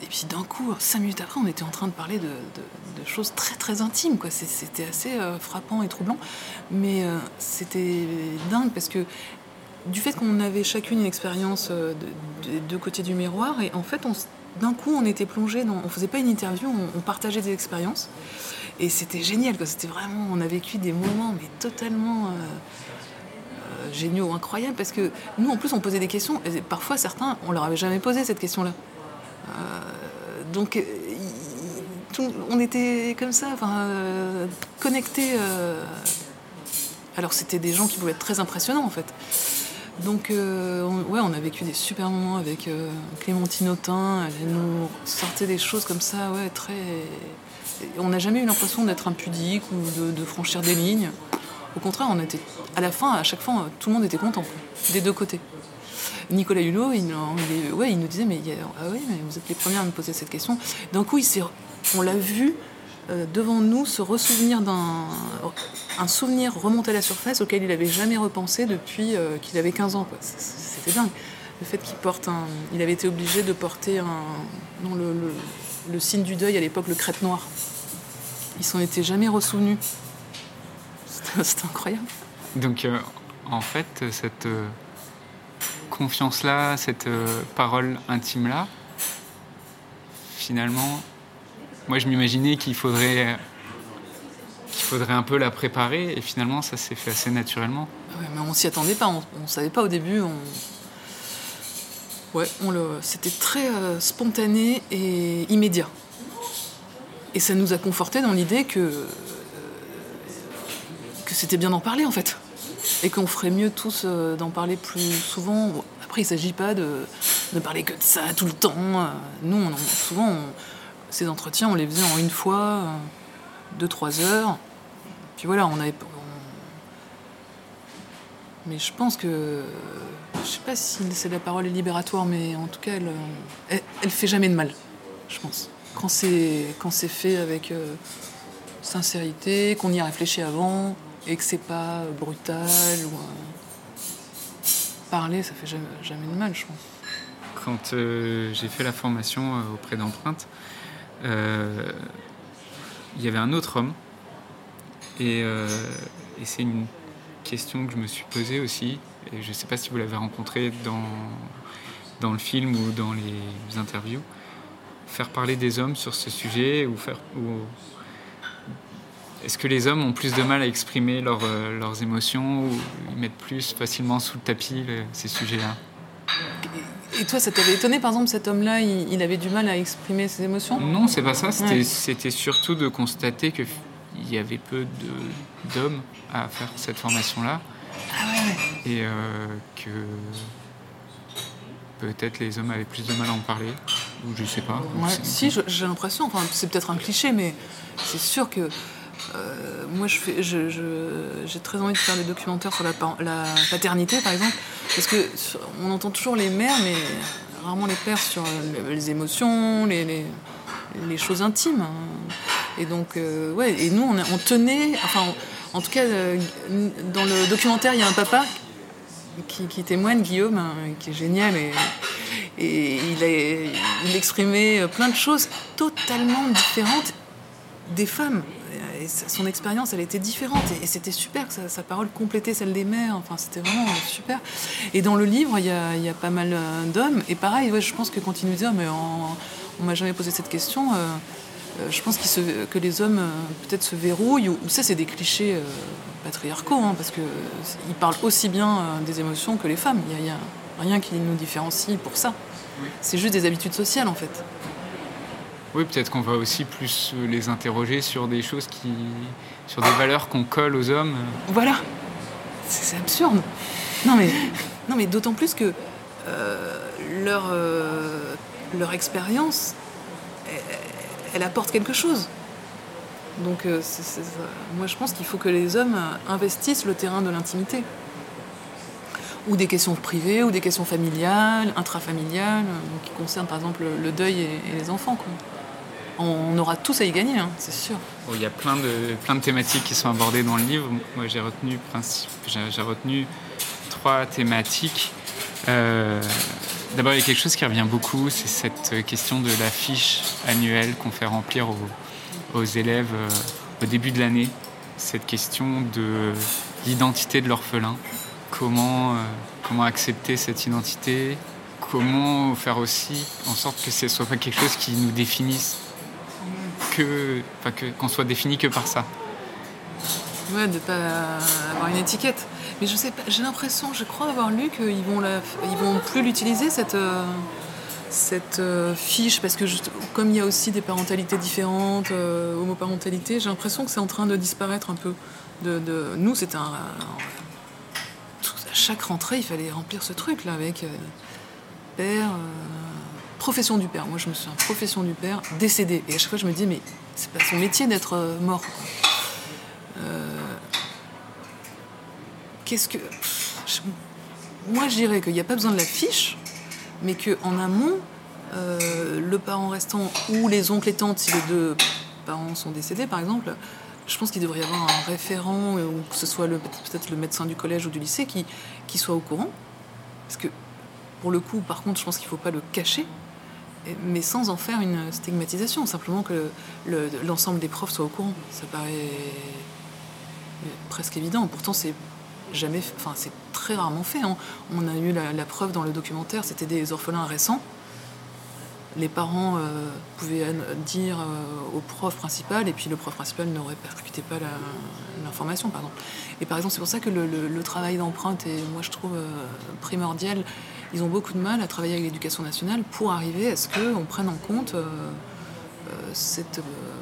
Et puis d'un coup, cinq minutes après, on était en train de parler de, de, de choses très très intimes, quoi. C'était assez euh, frappant et troublant. Mais euh, c'était dingue parce que du fait qu'on avait chacune une expérience euh, de, de deux côtés du miroir, et en fait, on, d'un coup, on était plongé dans. On faisait pas une interview, on, on partageait des expériences. Et c'était génial, quoi. C'était vraiment. On a vécu des moments, mais totalement. Euh, euh, géniaux, incroyables, parce que nous, en plus, on posait des questions, et parfois, certains, on leur avait jamais posé cette question-là. Euh, donc, tout, on était comme ça, enfin, euh, connectés. Euh, alors, c'était des gens qui pouvaient être très impressionnants, en fait. Donc, euh, on, ouais, on a vécu des super moments avec euh, Clémentine Autain. Elle nous sortait des choses comme ça, ouais, très. On n'a jamais eu l'impression d'être impudique ou de, de franchir des lignes. Au contraire, on était, à la fin, à chaque fois, tout le monde était content, des deux côtés. Nicolas Hulot, il, il, ouais, il nous disait mais, ah oui, mais vous êtes les premières à me poser cette question. D'un coup, il on l'a vu euh, devant nous se ressouvenir d'un un souvenir remonté à la surface auquel il n'avait jamais repensé depuis euh, qu'il avait quinze ans. C'était dingue. Le fait qu'il porte un, il avait été obligé de porter un, non, le, le, le signe du deuil à l'époque, le crêpe noir. Ils s'en étaient jamais ressouvenus. C'était incroyable. Donc, euh, en fait, cette euh, confiance-là, cette euh, parole intime-là, finalement, moi, je m'imaginais qu'il faudrait, qu'il faudrait un peu la préparer, et finalement, ça s'est fait assez naturellement. Ouais, mais on s'y attendait pas, on ne savait pas au début. On... Ouais, on le... C'était très euh, spontané et immédiat. Et ça nous a confortés dans l'idée que... que c'était bien d'en parler, en fait. Et qu'on ferait mieux tous euh, d'en parler plus souvent. Bon, après, il ne s'agit pas de ne parler que de ça tout le temps. Nous, on, souvent, on, ces entretiens, on les faisait en une fois, euh, deux, trois heures. Puis voilà, on avait... On... Mais je pense que... Je ne sais pas si c'est la parole est libératoire, mais en tout cas, elle, elle, elle fait jamais de mal, je pense. Quand c'est, quand c'est fait avec euh, sincérité, qu'on y a réfléchi avant... et que c'est pas brutal ou euh... parler, ça fait jamais, jamais de mal, je pense. Quand euh, j'ai fait la formation euh, auprès d'Empreinte, euh, il y avait un autre homme et, euh, et c'est une question que je me suis posée aussi, et je sais pas si vous l'avez rencontré dans, dans le film ou dans les interviews, faire parler des hommes sur ce sujet ou faire... Ou, est-ce que les hommes ont plus de mal à exprimer leur, euh, leurs émotions ou ils mettent plus facilement sous le tapis le, ces sujets-là ? Et toi, ça t'avait étonné, par exemple, cet homme-là, il, il avait du mal à exprimer ses émotions ? Non, c'est pas ça. C'était, ouais. c'était surtout de constater qu'il y avait peu de, d'hommes à faire cette formation-là. Ah ouais, ouais. Et euh, que peut-être les hommes avaient plus de mal à en parler. Ou je sais pas. Ouais, si, je, j'ai l'impression, enfin, c'est peut-être un cliché, mais c'est sûr que Euh, moi, je fais, je, je, j'ai très envie de faire des documentaires sur la, la paternité, par exemple, parce que sur, on entend toujours les mères, mais rarement les pères sur les, les émotions, les, les, les choses intimes. Hein. Et donc, euh, ouais, et nous, on, on tenait, enfin, en, en tout cas, euh, dans le documentaire, il y a un papa qui, qui témoigne, Guillaume, hein, qui est génial, et, et il, a, il exprimait plein de choses totalement différentes des femmes. Et son expérience, elle était différente. Et c'était super que sa, sa parole complétait celle des mères. Enfin, c'était vraiment super. Et dans le livre, il y a, y a pas mal d'hommes. Et pareil, ouais, je pense que quand ils nous disent oh, mais on, on m'a jamais posé cette question, euh, euh, je pense qu'il se, que les hommes euh, peut-être se verrouillent. Ou, ça, c'est des clichés euh, patriarcaux, hein, parce qu'ils parlent aussi bien euh, des émotions que les femmes. Il n'y a, a rien qui nous différencie pour ça. Oui. C'est juste des habitudes sociales, en fait. Oui, peut-être qu'on va aussi plus les interroger sur des choses qui... sur des valeurs qu'on colle aux hommes. Voilà. C'est, c'est absurde. Non mais, non, mais d'autant plus que euh, leur, euh, leur expérience, elle, elle apporte quelque chose. Donc, euh, c'est, c'est, moi, je pense qu'il faut que les hommes investissent le terrain de l'intimité. Ou des questions privées, ou des questions familiales, intrafamiliales, qui concernent, par exemple, le deuil et, et les enfants, quoi. On aura tous à y gagner, hein, c'est sûr. Bon, il y a plein de, plein de thématiques qui sont abordées dans le livre. Moi, j'ai retenu, principe, j'ai, j'ai retenu trois thématiques. Euh, D'abord, il y a quelque chose qui revient beaucoup, c'est cette question de la fiche annuelle qu'on fait remplir aux, aux élèves euh, au début de l'année. Cette question de l'identité de l'orphelin. Comment, euh, comment accepter cette identité ? Comment faire aussi en sorte que ce ne soit pas quelque chose qui nous définisse, que, enfin, que, qu'on soit défini que par ça. Ouais, de ne pas avoir une étiquette. Mais je sais pas, j'ai l'impression, je crois avoir lu qu'ils vont, la, ils vont plus l'utiliser, cette, euh, cette euh, fiche, parce que juste, comme il y a aussi des parentalités différentes, euh, homoparentalité, j'ai l'impression que c'est en train de disparaître un peu. De, de, nous, c'était un... un tout, à chaque rentrée, il fallait remplir ce truc-là avec euh, père, euh, profession du père. Moi, je me souviens, profession du père, décédé. Et à chaque fois, je me dis, mais c'est pas son métier d'être euh, mort. Euh, Qu'est-ce que... Je, moi, je dirais qu'il n'y a pas besoin de la fiche, mais qu'en amont, euh, le parent restant ou les oncles et tantes, si les deux parents sont décédés, par exemple, je pense qu'il devrait y avoir un référent, ou que ce soit le, peut-être le médecin du collège ou du lycée, qui, qui soit au courant. Parce que, pour le coup, par contre, je pense qu'il ne faut pas le cacher, mais sans en faire une stigmatisation. Simplement que le, l'ensemble des profs soient au courant. Ça paraît presque évident. Pourtant, c'est... Jamais, enfin, c'est très rarement fait. Hein. On a eu la, la preuve dans le documentaire, c'était des orphelins récents. Les parents euh, pouvaient dire euh, au prof principal, et puis le prof principal ne répercutait pas la, l'information. Pardon. Et par exemple, c'est pour ça que le, le, le travail d'empreinte est, moi, je trouve euh, primordial. Ils ont beaucoup de mal à travailler avec l'éducation nationale pour arriver à ce qu'on prenne en compte euh, euh, cette... Euh,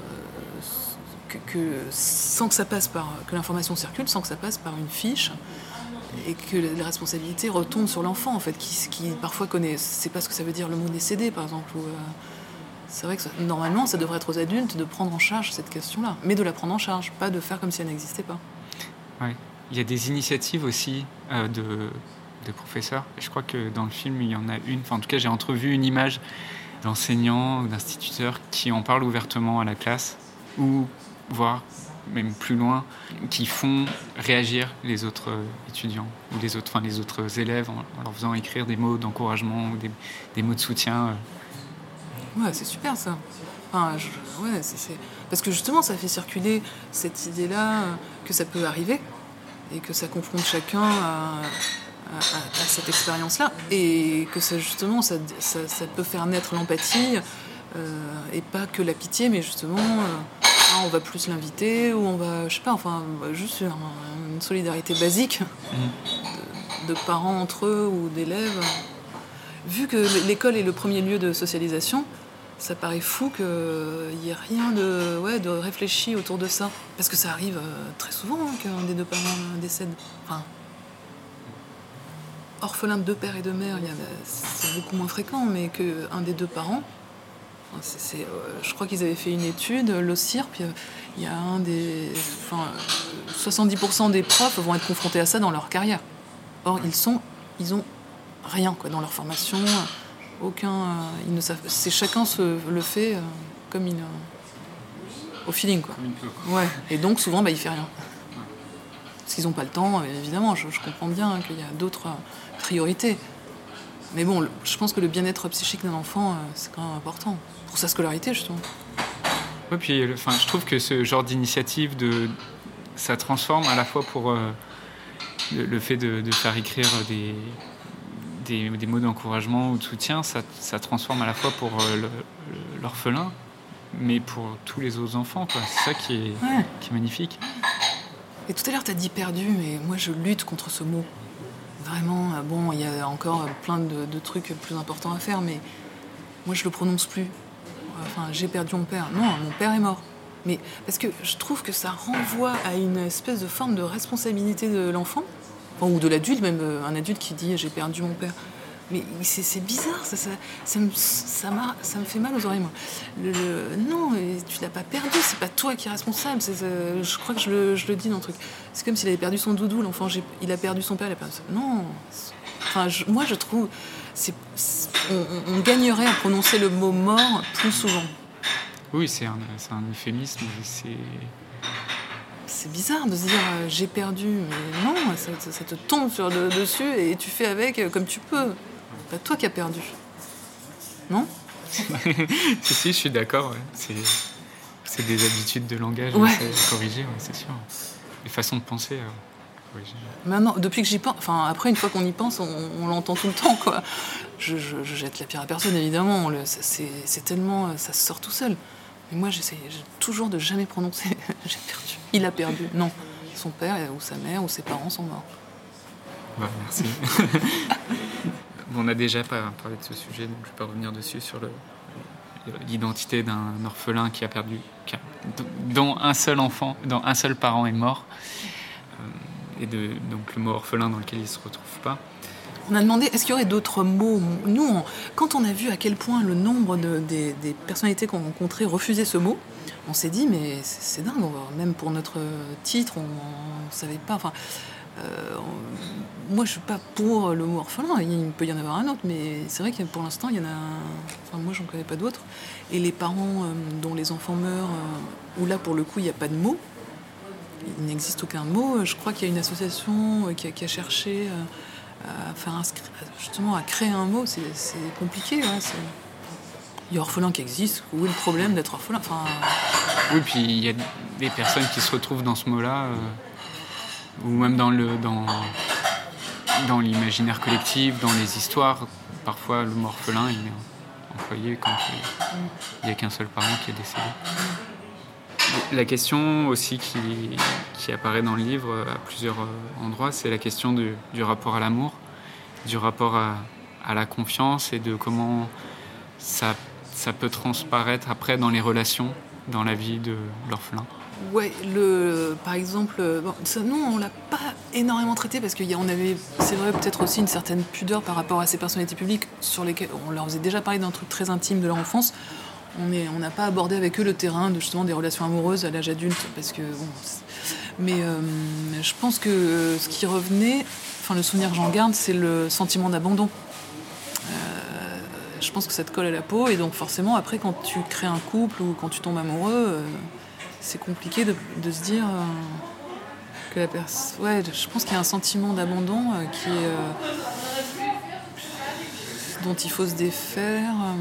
Que, que, sans que ça passe par, que l'information circule, sans que ça passe par une fiche, et que les responsabilités retombent sur l'enfant, en fait, qui, qui parfois connaît, c'est pas ce que ça veut dire le mot décédé, par exemple. Ou, euh, c'est vrai que ça, normalement, ça devrait être aux adultes de prendre en charge cette question-là, mais de la prendre en charge, pas de faire comme si elle n'existait pas. Ouais. Il y a des initiatives aussi euh, de, de professeurs. Je crois que dans le film, il y en a une. Enfin, en tout cas, j'ai entrevu une image d'enseignants ou d'instituteurs qui en parlent ouvertement à la classe, ou voire même plus loin, qui font réagir les autres étudiants ou les autres, enfin les autres élèves en, en leur faisant écrire des mots d'encouragement ou des, des mots de soutien. Ouais, c'est super ça. Enfin, je, ouais, c'est, c'est... Parce que justement, ça fait circuler cette idée-là que ça peut arriver et que ça confronte chacun à, à, à cette expérience-là, et que ça, justement, ça, ça, ça peut faire naître l'empathie euh, et pas que la pitié, mais justement... Euh, on va plus l'inviter, ou on va, je sais pas, enfin, juste une, une solidarité basique de, de parents entre eux ou d'élèves. Vu que l'école est le premier lieu de socialisation, ça paraît fou qu'il n'y ait rien de, ouais, de réfléchi autour de ça. Parce que ça arrive très souvent hein, qu'un des deux parents décède. Enfin, orphelin de deux pères et de mères, il y a, c'est beaucoup moins fréquent, mais qu'un des deux parents. C'est, c'est, euh, je crois qu'ils avaient fait une étude, l'O C I R P, il y a un des... Enfin, soixante-dix pour cent des profs vont être confrontés à ça dans leur carrière. Or, ils sont... Ils ont rien, quoi, dans leur formation. Aucun... Euh, ils ne savent, c'est chacun se le fait euh, comme il... Euh, au feeling, quoi. Ouais. Et donc, souvent, bah, il fait rien. Parce qu'ils n'ont pas le temps, évidemment. Je, je comprends bien qu'il y a d'autres priorités. Mais bon, je pense que le bien-être psychique d'un enfant, c'est quand même important. Pour sa scolarité, justement. Oui, puis enfin, je trouve que ce genre d'initiative, de, ça transforme à la fois pour euh, le, le fait de, de faire écrire des, des, des mots d'encouragement ou de soutien, ça, ça transforme à la fois pour euh, le, l'orphelin, mais pour tous les autres enfants, quoi. C'est ça qui est, ouais. qui est magnifique. Et tout à l'heure, tu as dit perdu, mais moi, je lutte contre ce mot. Vraiment, bon, il y a encore plein de, de trucs plus importants à faire, mais moi, je le prononce plus. Enfin, j'ai perdu mon père. Non, mon père est mort. Mais parce que je trouve que ça renvoie à une espèce de forme de responsabilité de l'enfant, enfin, ou de l'adulte, même un adulte qui dit « j'ai perdu mon père ». Mais c'est, c'est bizarre, ça, ça, ça, me, ça, ça me fait mal aux oreilles, moi. Le, le, non, tu l'as pas perdu, c'est pas toi qui es responsable. C'est, c'est, je crois que je le, je le dis dans le truc. C'est comme s'il avait perdu son doudou, l'enfant, j'ai, il a perdu son père, il a perdu son... Non, enfin, je, moi je trouve, c'est, c'est, on, on gagnerait à prononcer le mot mort plus souvent. Oui, c'est un, c'est un euphémisme, c'est... C'est bizarre de se dire euh, j'ai perdu, mais non, ça, ça te tombe sur le dessus et tu fais avec euh, comme tu peux. pas toi qui as perdu. Non ? Si, si, je suis d'accord. Ouais. C'est, c'est des habitudes de langage ouais. à corriger, ouais, c'est sûr. Les façons de penser à corriger. Maintenant, depuis que j'y pense, enfin, après, une fois qu'on y pense, on, on l'entend tout le temps, quoi. Je, je, je jette la pierre à personne, évidemment. Le, c'est, c'est tellement... Ça se sort tout seul. Mais moi, j'essaie toujours de jamais prononcer « j'ai perdu ». Il a perdu. Non. Son père ou sa mère ou ses parents sont morts. Ouais, merci. Bon, on a déjà parlé de ce sujet, donc je ne vais pas revenir dessus, sur le, l'identité d'un orphelin qui a perdu, qui a, dont un seul enfant, dont un seul parent est mort, euh, et de, donc le mot orphelin dans lequel il ne se retrouve pas. On a demandé, est-ce qu'il y aurait d'autres mots ? Nous, on, quand on a vu à quel point le nombre de, des, des personnalités qu'on rencontrait refusaient ce mot, on s'est dit, mais c'est, c'est dingue, même pour notre titre, on ne savait pas... Enfin, euh, on, moi, je ne suis pas pour le mot orphelin, il peut y en avoir un autre, mais c'est vrai que pour l'instant, il y en a... Enfin, moi, je n'en connais pas d'autres. Et les parents euh, dont les enfants meurent, euh, où là, pour le coup, il n'y a pas de mot, il n'existe aucun mot, je crois qu'il y a une association euh, qui, a, qui a cherché... Euh, à faire un, justement à créer un mot, c'est, c'est compliqué. Ouais, c'est... Il y a orphelin qui existe. Où est le problème d'être orphelin ? Enfin... Oui, puis il y a des personnes qui se retrouvent dans ce mot-là, euh, ou même dans, le, dans, dans l'imaginaire collectif, dans les histoires. Parfois, le mot orphelin, il est employé quand il n'y a qu'un seul parent qui est décédé. La question aussi qui, qui apparaît dans le livre à plusieurs endroits, c'est la question du, du rapport à l'amour, du rapport à, à la confiance et de comment ça, ça peut transparaître après dans les relations, dans la vie de l'orphelin. Ouais, le, par exemple, bon, ça, nous on l'a pas énormément traité parce qu'on avait, c'est vrai, peut-être aussi une certaine pudeur par rapport à ces personnalités publiques sur lesquelles on leur faisait déjà parler d'un truc très intime de leur enfance. On est, on n'a pas abordé avec eux le terrain de, justement, des relations amoureuses à l'âge adulte, parce que bon, mais euh, je pense que ce qui revenait, enfin le souvenir que j'en garde, c'est le sentiment d'abandon. Euh, je pense que ça te colle à la peau, et donc forcément après quand tu crées un couple ou quand tu tombes amoureux, euh, c'est compliqué de, de se dire euh, que la personne. Ouais, je pense qu'il y a un sentiment d'abandon euh, qui est, euh, dont il faut se défaire. Euh,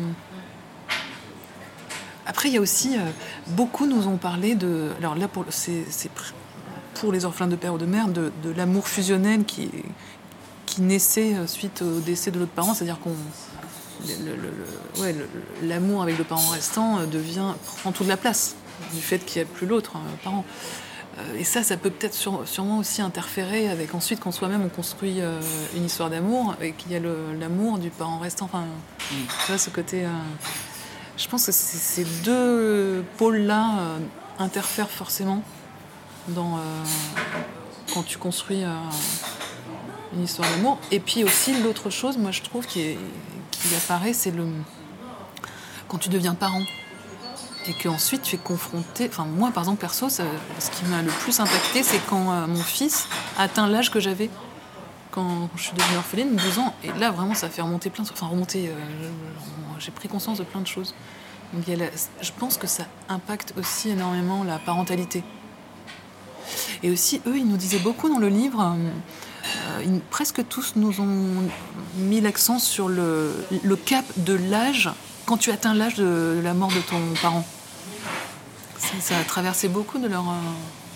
Après, il y a aussi, euh, beaucoup nous ont parlé de... Alors là, pour, c'est, c'est pour les orphelins de père ou de mère, de, de l'amour fusionnel qui, qui naissait suite au décès de l'autre parent. C'est-à-dire qu'on... Le, le, le, ouais, le, l'amour avec le parent restant devient, prend toute la place, du fait qu'il n'y a plus l'autre hein, parent. Euh, et ça, ça peut peut-être sur, sûrement aussi interférer avec ensuite, quand soi-même on construit euh, une histoire d'amour, et qu'il y a le, l'amour du parent restant. Enfin, mm. Tu vois, ce côté... Euh, Je pense que ces deux pôles-là euh, interfèrent forcément dans, euh, quand tu construis euh, une histoire d'amour. Et puis aussi, l'autre chose, moi je trouve, qui, est, qui apparaît, c'est le, quand tu deviens parent. Et qu'ensuite tu es confronté... Enfin, moi, par exemple, perso, ça, ce qui m'a le plus impacté, c'est quand euh, mon fils a atteint l'âge que j'avais quand je suis devenue orpheline, douze ans. Et là, vraiment, ça fait remonter plein de... Enfin, remonter... Euh, j'ai pris conscience de plein de choses. Donc, il y a la, je pense que ça impacte aussi énormément la parentalité. Et aussi, eux, ils nous disaient beaucoup dans le livre, euh, ils, presque tous nous ont mis l'accent sur le, le cap de l'âge, quand tu atteins l'âge de, de la mort de ton parent. Ça, ça a traversé beaucoup de leur... Euh,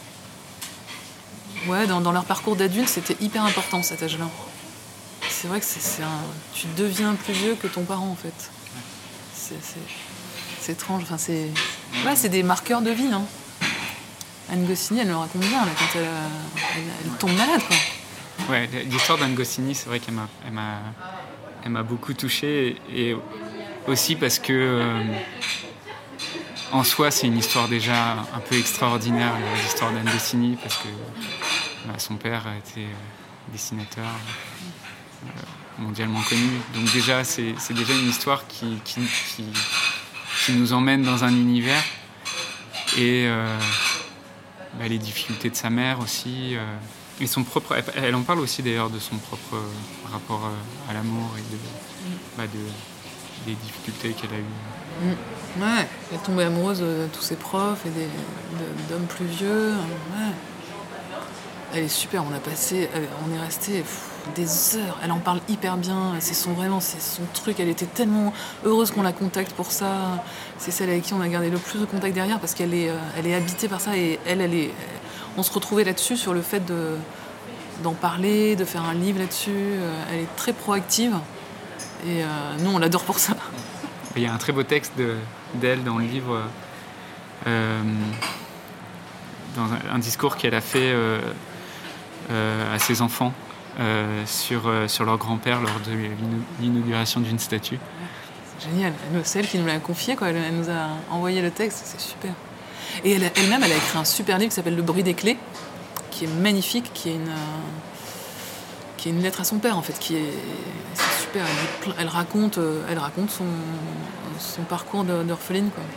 ouais, dans, dans leur parcours d'adulte, c'était hyper important, cet âge-là. C'est vrai que c'est, c'est un, tu deviens plus vieux que ton parent, en fait. C'est, c'est, c'est étrange. Enfin, c'est, ouais, c'est des marqueurs de vie. Hein. Anne Goscinny, elle le raconte bien, là, quand elle, elle, elle tombe malade. Quoi. Ouais, l'histoire d'Anne Goscinny, c'est vrai qu'elle m'a, elle m'a, elle m'a beaucoup touché. Et aussi parce que, euh, en soi, c'est une histoire déjà un peu extraordinaire, l'histoire d'Anne Goscinny, parce que bah, son père a été euh, dessinateur. Euh, mondialement connu. Donc déjà, c'est, c'est déjà une histoire qui, qui, qui, qui nous emmène dans un univers. Et euh, bah, les difficultés de sa mère aussi. Euh, et son propre, elle, elle en parle aussi d'ailleurs de son propre rapport à l'amour et de, bah, de, des difficultés qu'elle a eues. Mmh. Ouais, elle est tombée amoureuse de tous ses profs et des, de, d'hommes plus vieux. Ouais. Elle est super, on a passé, on est resté des heures. Elle en parle hyper bien, c'est son vraiment, c'est son truc. Elle était tellement heureuse qu'on la contacte pour ça. C'est celle avec qui on a gardé le plus de contact derrière parce qu'elle est, elle est habitée par ça et elle, elle est. On se retrouvait là-dessus sur le fait de, d'en parler, de faire un livre là-dessus. Elle est très proactive et euh, nous on l'adore pour ça. Il y a un très beau texte de, d'elle dans le livre, euh, dans un, un discours qu'elle a fait. Euh, Euh, à ses enfants euh, sur, euh, sur leur grand-père lors de l'inauguration d'une statue. C'est génial. C'est elle qui nous l'a confié, quoi. Elle, elle nous a envoyé le texte, c'est super. Et elle, elle-même, elle a écrit un super livre qui s'appelle Le bruit des clés, qui est magnifique, qui est une, euh, qui est une lettre à son père, en fait, qui est c'est super. Elle, elle raconte, euh, elle raconte son, son parcours d'orpheline, quoi.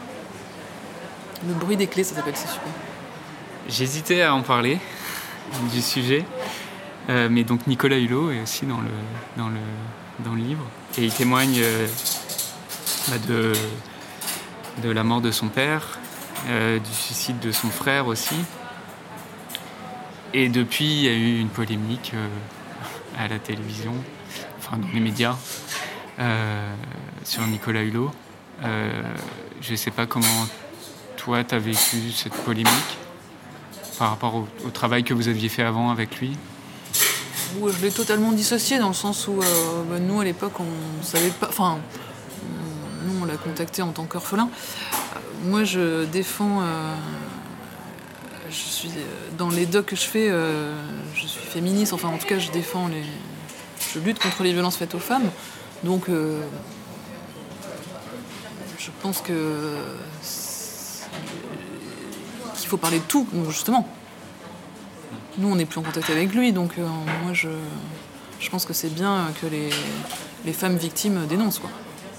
Le bruit des clés, ça s'appelle, c'est super. J'hésitais à en parler du sujet, euh, mais donc Nicolas Hulot est aussi dans le, dans le, dans le livre et il témoigne euh, bah de, de la mort de son père, euh, du suicide de son frère aussi, et depuis il y a eu une polémique euh, à la télévision, enfin dans les médias, euh, sur Nicolas Hulot. Euh, je sais pas comment toi t'as vécu cette polémique par rapport au, au travail que vous aviez fait avant avec lui. Oui, je l'ai totalement dissocié dans le sens où euh, bah, nous à l'époque on savait pas, enfin on, nous on l'a contacté en tant qu'orphelin. Euh, moi je défends, euh, je suis dans les docs que je fais, euh, je suis féministe, enfin en tout cas je défends les, je lutte contre les violences faites aux femmes. Donc euh, je pense que qu'il faut parler de tout, justement. Nous, on n'est plus en contact avec lui, donc euh, moi, je, je pense que c'est bien que les, les femmes victimes dénoncent, quoi.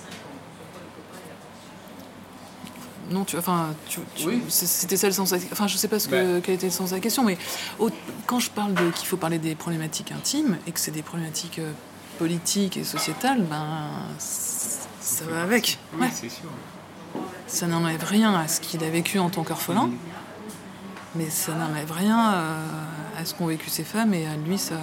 Non, tu, enfin, tu, tu, oui. C'était ça le sens. Enfin, je sais pas ce que, bah. quel était le sens de la question, mais au, quand je parle de qu'il faut parler des problématiques intimes et que c'est des problématiques euh, politiques et sociétales, ben ça va avec. Oui, ouais. C'est sûr. Ça n'enlève rien à ce qu'il a vécu en tant qu'orphelin. Mmh. Mais ça n'enlève rien euh, à ce qu'ont vécu ces femmes et à lui sa,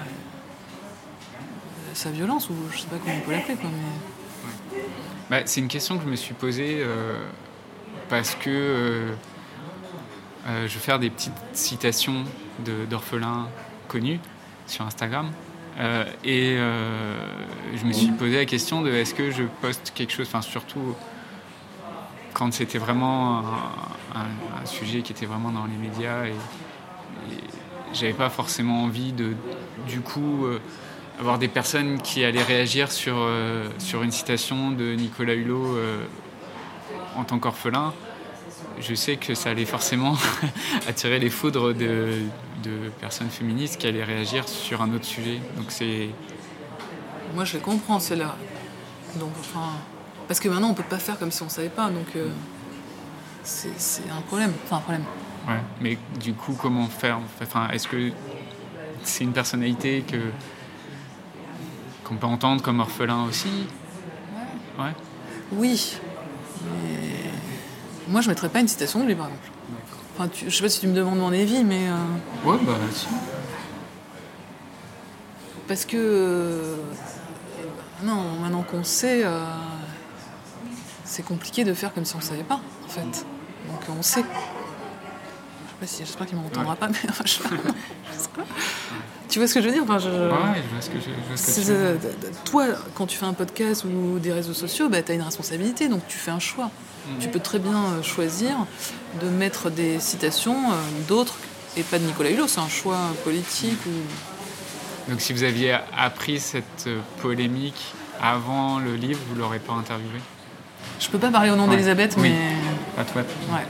sa violence, ou je sais pas comment on peut l'appeler, quoi. Mais... Ouais. Bah, c'est une question que je me suis posée euh, parce que euh, euh, je vais faire des petites citations de, d'orphelins connus sur Instagram euh, et euh, je me suis posé la question de est-ce que je poste quelque chose, enfin surtout quand c'était vraiment un, un, un sujet qui était vraiment dans les médias et, et j'avais pas forcément envie de du coup euh, avoir des personnes qui allaient réagir sur, euh, sur une citation de Nicolas Hulot euh, en tant qu'orphelin. Je sais que ça allait forcément attirer les foudres de, de personnes féministes qui allaient réagir sur un autre sujet. Donc c'est... Moi je les comprends, celle-là. Donc, enfin... Parce que maintenant, on peut pas faire comme si on savait pas, donc euh, c'est, c'est un problème. Enfin, un problème. Ouais, mais du coup, comment faire enfin, est-ce que c'est une personnalité que, qu'on peut entendre comme orphelin aussi ? Ouais. Ouais. Oui. Mais... Moi, je mettrais pas une citation de lui, par exemple. Enfin, tu... Je sais pas si tu me demandes mon avis, mais... Euh... Ouais, bah, si. Parce que... Euh... Non, maintenant qu'on sait... Euh... C'est compliqué de faire comme si on ne savait pas, en fait. Donc on sait. Je sais pas si, j'espère qu'il ne m'entendra ouais. pas, mais enfin, je... je sais pas. Tu vois ce que je veux dire, enfin, je... Ouais, je vois ce que, je, je vois ce que tu veux dire. Toi, quand tu fais un podcast ou des réseaux sociaux, bah, tu as une responsabilité, donc tu fais un choix. Mmh. Tu peux très bien choisir de mettre des citations euh, d'autres, et pas de Nicolas Hulot, c'est un choix politique. Ou... Donc si vous aviez appris cette polémique avant le livre, vous ne l'aurez pas interviewé ? Je peux pas parler au nom ouais. d'Elisabeth, oui. mais... Pas toi. Ouais.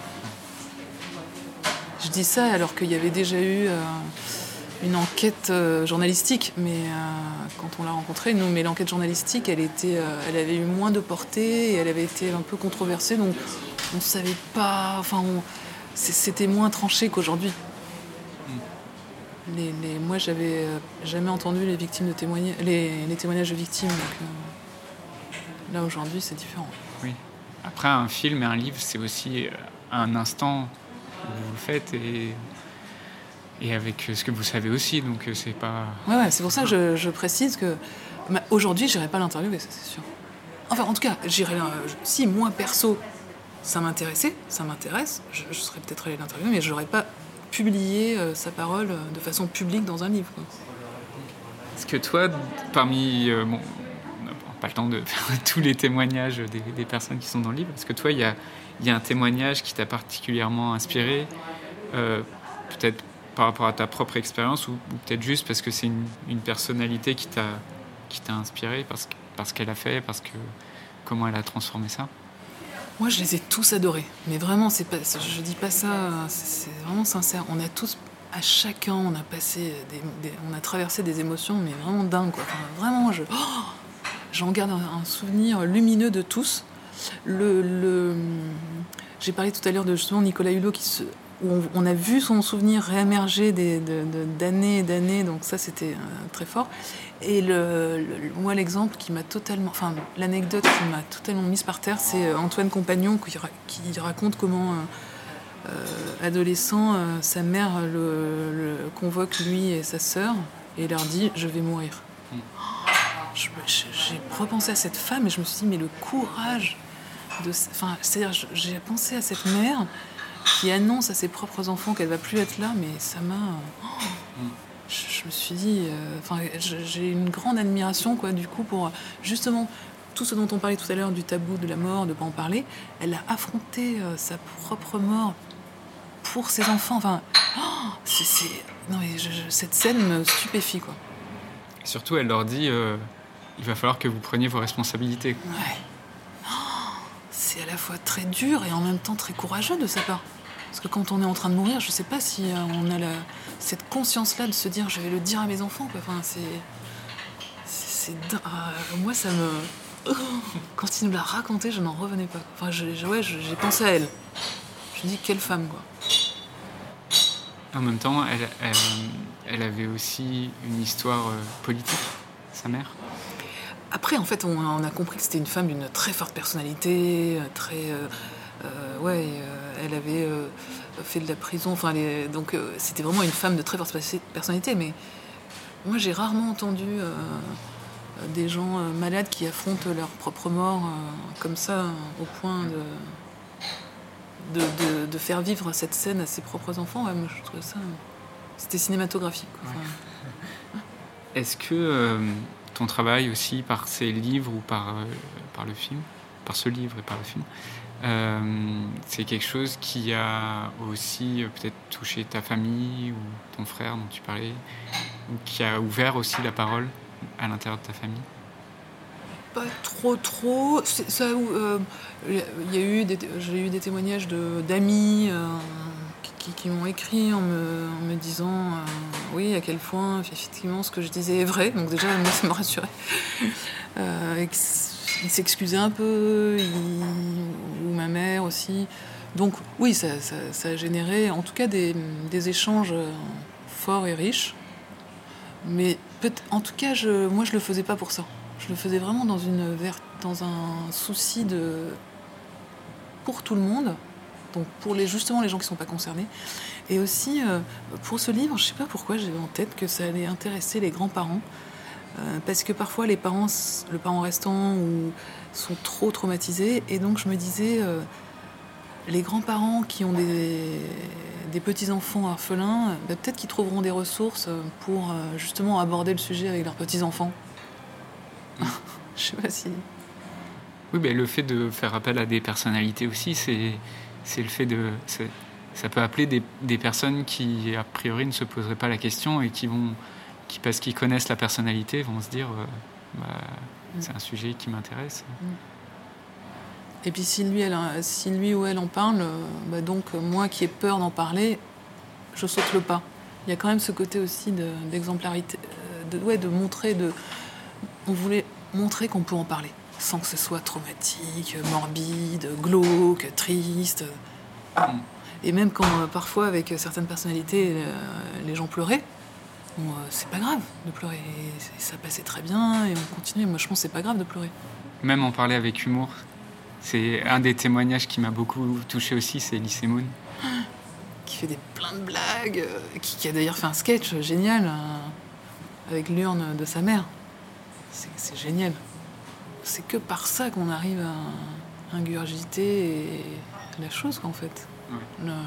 Je dis ça alors qu'il y avait déjà eu euh, une enquête euh, journalistique, mais euh, quand on l'a rencontrée, nous, mais l'enquête journalistique, elle, était, euh, elle avait eu moins de portée et elle avait été un peu controversée, donc on ne savait pas... Enfin, on, c'était moins tranché qu'aujourd'hui. Mm. Les, les, moi, j'avais jamais entendu les victimes de témoigner, les, les témoignages de victimes, donc... Euh, Là, aujourd'hui, c'est différent. Oui. Après, un film et un livre, c'est aussi un instant où vous le faites et, et avec ce que vous savez aussi, donc c'est pas... Ouais, ouais, c'est pour ça que je, je précise que bah, aujourd'hui, j'irai pas l'interviewer, ça c'est sûr. Enfin, en tout cas, j'irai là, si moi, perso, ça m'intéressait, ça m'intéresse, je, je serais peut-être allée l'interviewer, mais j'aurais pas publié euh, sa parole de façon publique dans un livre, quoi. Est-ce que toi, parmi... Euh, bon, on n'a pas le temps de faire tous les témoignages des, des personnes qui sont dans le livre, est-ce que toi, il y a, y a un témoignage qui t'a particulièrement inspiré, euh, peut-être par rapport à ta propre expérience, ou, ou peut-être juste parce que c'est une, une personnalité qui t'a, qui t'a inspiré, parce, parce qu'elle a fait, parce que comment elle a transformé ça? Moi, je les ai tous adorés. Mais vraiment, c'est pas, je dis pas ça, c'est, c'est vraiment sincère. On a tous, à chacun, on a passé, des, des, on a traversé des émotions, mais vraiment dingues, quoi. Enfin, vraiment, je, oh, j'en garde un, un souvenir lumineux de tous. Le, le, j'ai parlé tout à l'heure de justement Nicolas Hulot, qui se, où on, on a vu son souvenir réémerger des, de, de, d'années et d'années, donc ça, c'était euh, très fort. Et le, le, moi, l'exemple qui m'a totalement... Enfin, l'anecdote qui m'a totalement mise par terre, c'est Antoine Compagnon qui, qui raconte comment, euh, euh, adolescent, euh, sa mère le, le convoque, lui et sa sœur, et leur dit « Je vais mourir mmh. ». J'ai repensé à cette femme et je me suis dit « Mais le courage de... » Enfin, c'est-à-dire, j'ai pensé à cette mère qui annonce à ses propres enfants qu'elle ne va plus être là, mais ça m'a... Oh, mmh. Je me suis dit, enfin, euh, j'ai une grande admiration, quoi, du coup, pour justement tout ce dont on parlait tout à l'heure, du tabou de la mort, de ne pas en parler. Elle a affronté euh, sa propre mort pour ses enfants. Enfin, oh, c'est, c'est... Non, mais je, je, cette scène me stupéfie, quoi. Et surtout, elle leur dit, euh, il va falloir que vous preniez vos responsabilités. Ouais. Oh, c'est à la fois très dur et en même temps très courageux de sa part. Parce que quand on est en train de mourir, je ne sais pas si on a la, cette conscience-là de se dire je vais le dire à mes enfants, quoi. Enfin, c'est, c'est, c'est euh, moi, ça me... Oh, quand il nous l'a raconté, je n'en revenais pas. Enfin, je, je, ouais, je, j'ai pensé à elle. Je me dis, quelle femme, quoi. En même temps, elle, elle, elle avait aussi une histoire euh, politique, sa mère. Après, en fait, on, on a compris que c'était une femme d'une très forte personnalité, très... Euh, Euh, ouais, euh, elle avait euh, fait de la prison, enfin, les, donc euh, c'était vraiment une femme de très forte personnalité. Mais moi, j'ai rarement entendu euh, des gens euh, malades qui affrontent leur propre mort euh, comme ça, au point de, de, de, de faire vivre cette scène à ses propres enfants. Ouais, moi, je trouvais ça, c'était cinématographique, quoi. Enfin, ouais. Est-ce que euh, ton travail aussi, par ces livres ou par, euh, par le film, par ce livre et par le film, Euh, c'est quelque chose qui a aussi euh, peut-être touché ta famille ou ton frère dont tu parlais, ou qui a ouvert aussi la parole à l'intérieur de ta famille? Pas trop, trop. C'est, ça, euh, y a eu des, j'ai eu des témoignages de, d'amis euh, qui, qui m'ont écrit en me, en me disant euh, oui, à quel point effectivement ce que je disais est vrai. Donc déjà, moi, ça me rassurait. Euh, il s'excusait un peu, il, ou ma mère aussi. Donc oui, ça, ça, ça a généré en tout cas des, des échanges forts et riches. Mais peut, en tout cas, je, moi je le faisais pas pour ça. Je le faisais vraiment dans, une, dans un souci de... pour tout le monde, donc pour les, justement les gens qui ne sont pas concernés. Et aussi, euh, pour ce livre, je ne sais pas pourquoi j'avais en tête que ça allait intéresser les grands-parents. Euh, parce que parfois les parents, le parent restant ou, sont trop traumatisés, et donc je me disais euh, les grands-parents qui ont des, des petits-enfants orphelins, bah, peut-être qu'ils trouveront des ressources pour euh, justement aborder le sujet avec leurs petits-enfants. Mmh. Je sais pas si... Oui, mais le fait de faire appel à des personnalités aussi, c'est, c'est le fait de... C'est, ça peut appeler des, des personnes qui a priori ne se poseraient pas la question et qui vont... qui, parce qu'ils connaissent la personnalité, vont se dire euh, bah, mmh. c'est un sujet qui m'intéresse. Mmh. Et puis si lui, elle, si lui ou elle en parle, bah donc moi qui ai peur d'en parler, je saute le pas. Il y a quand même ce côté aussi de, d'exemplarité, de, ouais, de montrer, de, on voulait montrer qu'on peut en parler, sans que ce soit traumatique, morbide, glauque, triste. Mmh. Et même quand parfois avec certaines personnalités, les gens pleuraient, bon, c'est pas grave de pleurer, ça passait très bien et on continue. Moi je pense que c'est pas grave de pleurer. Même en parler avec humour. C'est un des témoignages qui m'a beaucoup touché aussi, c'est Elise Moon. qui fait des, plein de blagues, euh, qui, qui a d'ailleurs fait un sketch génial euh, avec l'urne de sa mère. C'est, c'est génial. C'est que par ça qu'on arrive à ingurgiter et la chose, quoi, en fait. Ouais. Le, le,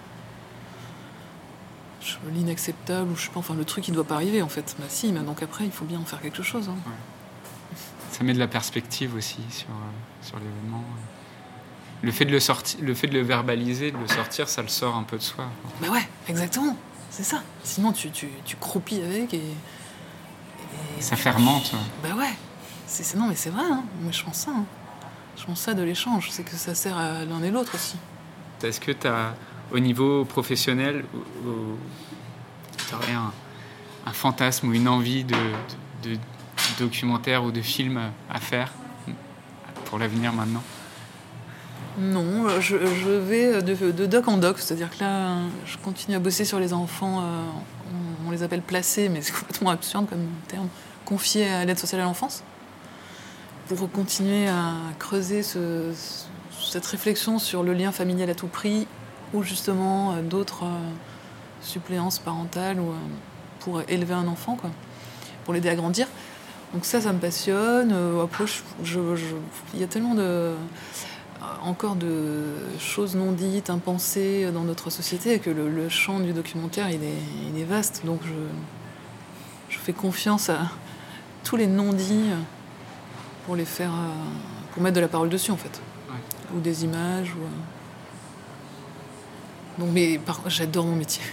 l'inacceptable, ou je sais pas, enfin le truc qui doit pas arriver, en fait. Bah si, mais donc après, il faut bien en faire quelque chose. Hein. Ouais. Ça met de la perspective aussi sur, euh, sur l'événement. Le fait de le sortir, le fait de le verbaliser, de le sortir, ça le sort un peu de soi. Bah ouais, exactement. C'est ça. Sinon, tu, tu, tu croupis avec et... et ça fermente. Bah ouais. C'est, c'est, non, mais c'est vrai, hein. Moi, je pense ça. Hein. Je pense ça de l'échange. C'est que ça sert à l'un et l'autre aussi. Est-ce que tu as, au niveau professionnel, tu aurais un, un fantasme ou une envie de, de, de documentaire ou de film à faire pour l'avenir maintenant ? Non, je, je vais de, de doc en doc, c'est-à-dire que là, je continue à bosser sur les enfants, euh, on, on les appelle placés, mais c'est complètement absurde comme terme, confiés à l'aide sociale à l'enfance, pour continuer à creuser ce, cette réflexion sur le lien familial à tout prix, ou justement d'autres euh, suppléances parentales ou, euh, pour élever un enfant, quoi, pour l'aider à grandir. Donc ça, ça me passionne. Euh, après, je, je, je, il y a tellement de... encore de choses non dites, impensées dans notre société, que le, le champ du documentaire, il est, il est vaste. Donc je, je fais confiance à tous les non-dits pour les faire, pour mettre de la parole dessus, en fait. Ouais. Ou des images. Ou... Donc, mais par, j'adore mon métier.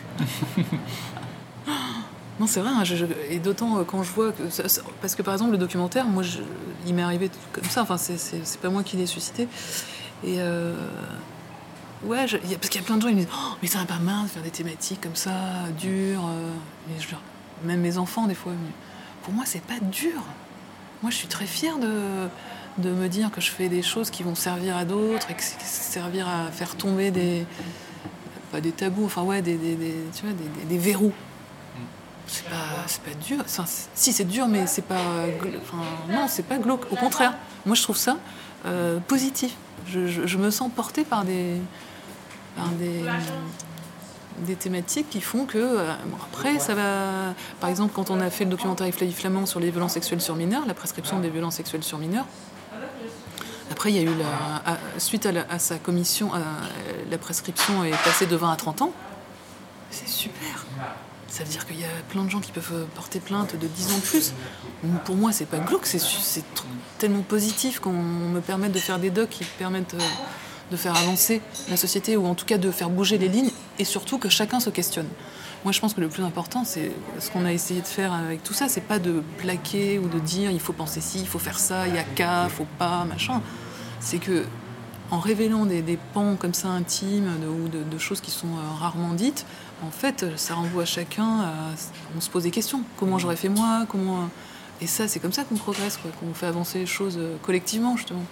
Non, c'est vrai, hein, je, je, et d'autant quand je vois que... Ça, ça, parce que par exemple, le documentaire, moi, je, il m'est arrivé comme ça, enfin, c'est, c'est, c'est pas moi qui l'ai suscité. Et euh, ouais, je, y a, parce qu'il y a plein de gens qui me disent oh, mais ça va pas mince de faire des thématiques comme ça, dures. Euh, mais je, même mes enfants, des fois. Mais pour moi, c'est pas dur. Moi, je suis très fière de, de me dire que je fais des choses qui vont servir à d'autres et que c'est servir à faire tomber des... pas des tabous, enfin ouais, des, des, des, tu vois, des, des, des verrous. C'est pas, c'est pas dur. Enfin, c'est, si, c'est dur, mais c'est pas... Enfin, non, c'est pas glauque. Au contraire, moi, je trouve ça euh, positif. Je, je, je me sens portée par des, par des, des thématiques qui font que... Euh, bon, après, ça va... Par exemple, quand on a fait le documentaire avec Flavie Flamand sur les violences sexuelles sur mineurs, la prescription des violences sexuelles sur mineurs, après, il y a eu la... À, suite à, la, à sa commission, à, la prescription est passée de vingt à trente ans. C'est super. Ça veut dire qu'il y a plein de gens qui peuvent porter plainte de dix ans de plus. Pour moi, c'est pas glauque, c'est, c'est tellement positif qu'on me permette de faire des docs qui permettent de faire avancer la société, ou en tout cas de faire bouger les lignes, et surtout que chacun se questionne. Moi, je pense que le plus important, c'est ce qu'on a essayé de faire avec tout ça, c'est pas de plaquer ou de dire il faut penser ci, il faut faire ça, il y a qu'à, faut pas, machin. C'est que en révélant des, des pans comme ça intimes de, ou de, de choses qui sont euh, rarement dites, en fait, ça renvoie à chacun à... On se pose des questions. Comment j'aurais fait moi comment... Et ça, c'est comme ça qu'on progresse, quoi, qu'on fait avancer les choses collectivement, justement.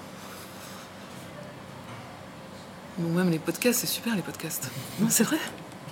Ou même les podcasts, c'est super, les podcasts. Non, c'est vrai.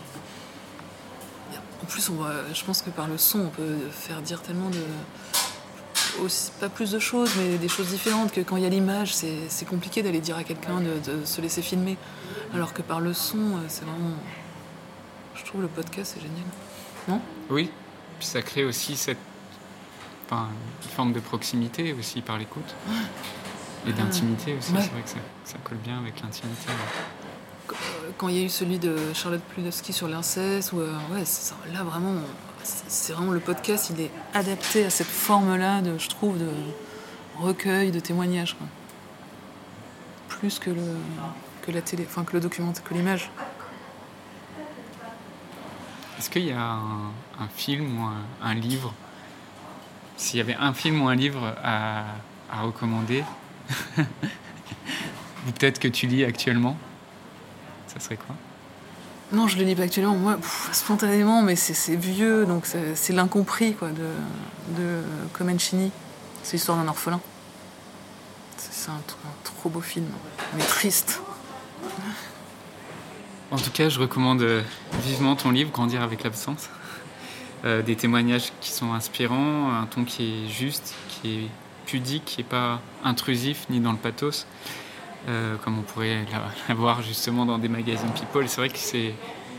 En plus, on va... je pense que par le son, on peut faire dire tellement de... Aussi, pas plus de choses, mais des choses différentes, que quand il y a l'image, c'est, c'est compliqué d'aller dire à quelqu'un de, de se laisser filmer. Alors que par le son, c'est vraiment... Je trouve le podcast, c'est génial. Non ? Oui, puis ça crée aussi cette... Enfin, une forme de proximité aussi par l'écoute. Ouais. Et d'intimité aussi, ouais. C'est vrai que ça, ça colle bien avec l'intimité. Ouais. Quand il y a eu celui de Charlotte Pudlowski sur l'inceste, où, euh, ouais, c'est ça, là vraiment... C'est vraiment le podcast, il est adapté à cette forme-là, de, je trouve, de recueil, de témoignage, quoi. Plus que le, que la télé, enfin que le documentaire, que l'image. Est-ce qu'il y a un, un film ou un, un livre, s'il y avait un film ou un livre à, à recommander, ou peut-être que tu lis actuellement, ça serait quoi ? Non, je le lis pas actuellement. Moi, pff, spontanément, mais c'est, c'est vieux, donc c'est, c'est l'incompris, quoi, de, de Comencini. C'est l'histoire d'un orphelin. C'est, c'est un, un trop beau film, mais triste. En tout cas, je recommande vivement ton livre, Grandir avec l'absence. Euh, des témoignages qui sont inspirants, un ton qui est juste, qui est pudique, qui n'est pas intrusif, ni dans le pathos. Euh, comme on pourrait l'avoir justement dans des magazines People. C'est vrai que c'est,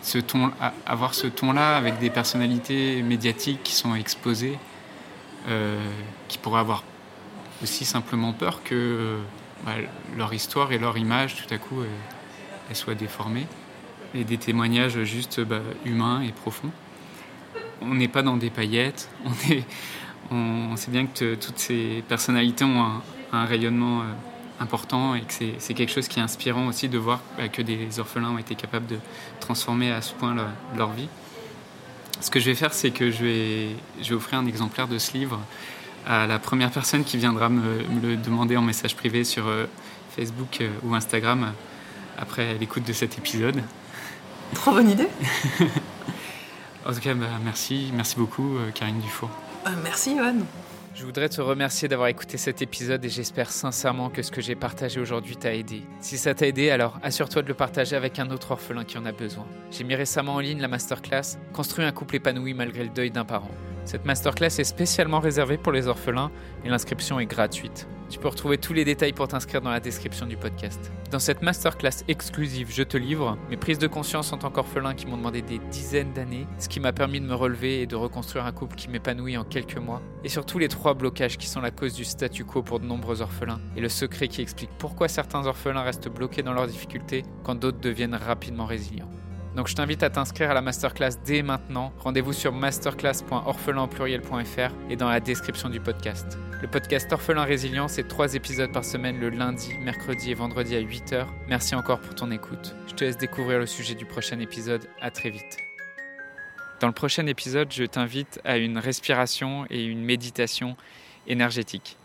ce ton, avoir ce ton-là avec des personnalités médiatiques qui sont exposées, euh, qui pourraient avoir aussi simplement peur que euh, bah, leur histoire et leur image, tout à coup, euh, elles soient déformées. Et des témoignages juste bah, humains et profonds. On n'est pas dans des paillettes, on, est, on, on sait bien que t- toutes ces personnalités ont un, un rayonnement euh, important et que c'est, c'est quelque chose qui est inspirant aussi de voir bah, que des orphelins ont été capables de transformer à ce point leur, leur vie. Ce que je vais faire, c'est que je vais, je vais offrir un exemplaire de ce livre à la première personne qui viendra me, me le demander en message privé sur euh, Facebook euh, ou Instagram euh, après l'écoute de cet épisode. Trop bonne idée. En tout cas, bah, merci, merci beaucoup, euh, Karine Dufour. Euh, merci, Yoann. Je voudrais te remercier d'avoir écouté cet épisode et j'espère sincèrement que ce que j'ai partagé aujourd'hui t'a aidé. Si ça t'a aidé, alors assure-toi de le partager avec un autre orphelin qui en a besoin. J'ai mis récemment en ligne la masterclass « Construire un couple épanoui malgré le deuil d'un parent ». Cette masterclass est spécialement réservée pour les orphelins et l'inscription est gratuite. Tu peux retrouver tous les détails pour t'inscrire dans la description du podcast. Dans cette masterclass exclusive, je te livre mes prises de conscience en tant qu'orphelin qui m'ont demandé des dizaines d'années, ce qui m'a permis de me relever et de reconstruire un couple qui m'épanouit en quelques mois, et surtout les trois blocages qui sont la cause du statu quo pour de nombreux orphelins, et le secret qui explique pourquoi certains orphelins restent bloqués dans leurs difficultés quand d'autres deviennent rapidement résilients. Donc je t'invite à t'inscrire à la masterclass dès maintenant. Rendez-vous sur masterclass point orphelin au pluriel point f r et dans la description du podcast. Le podcast Orphelin Résilient, c'est trois épisodes par semaine le lundi, mercredi et vendredi à huit heures. Merci encore pour ton écoute. Je te laisse découvrir le sujet du prochain épisode. À très vite. Dans le prochain épisode, je t'invite à une respiration et une méditation énergétique.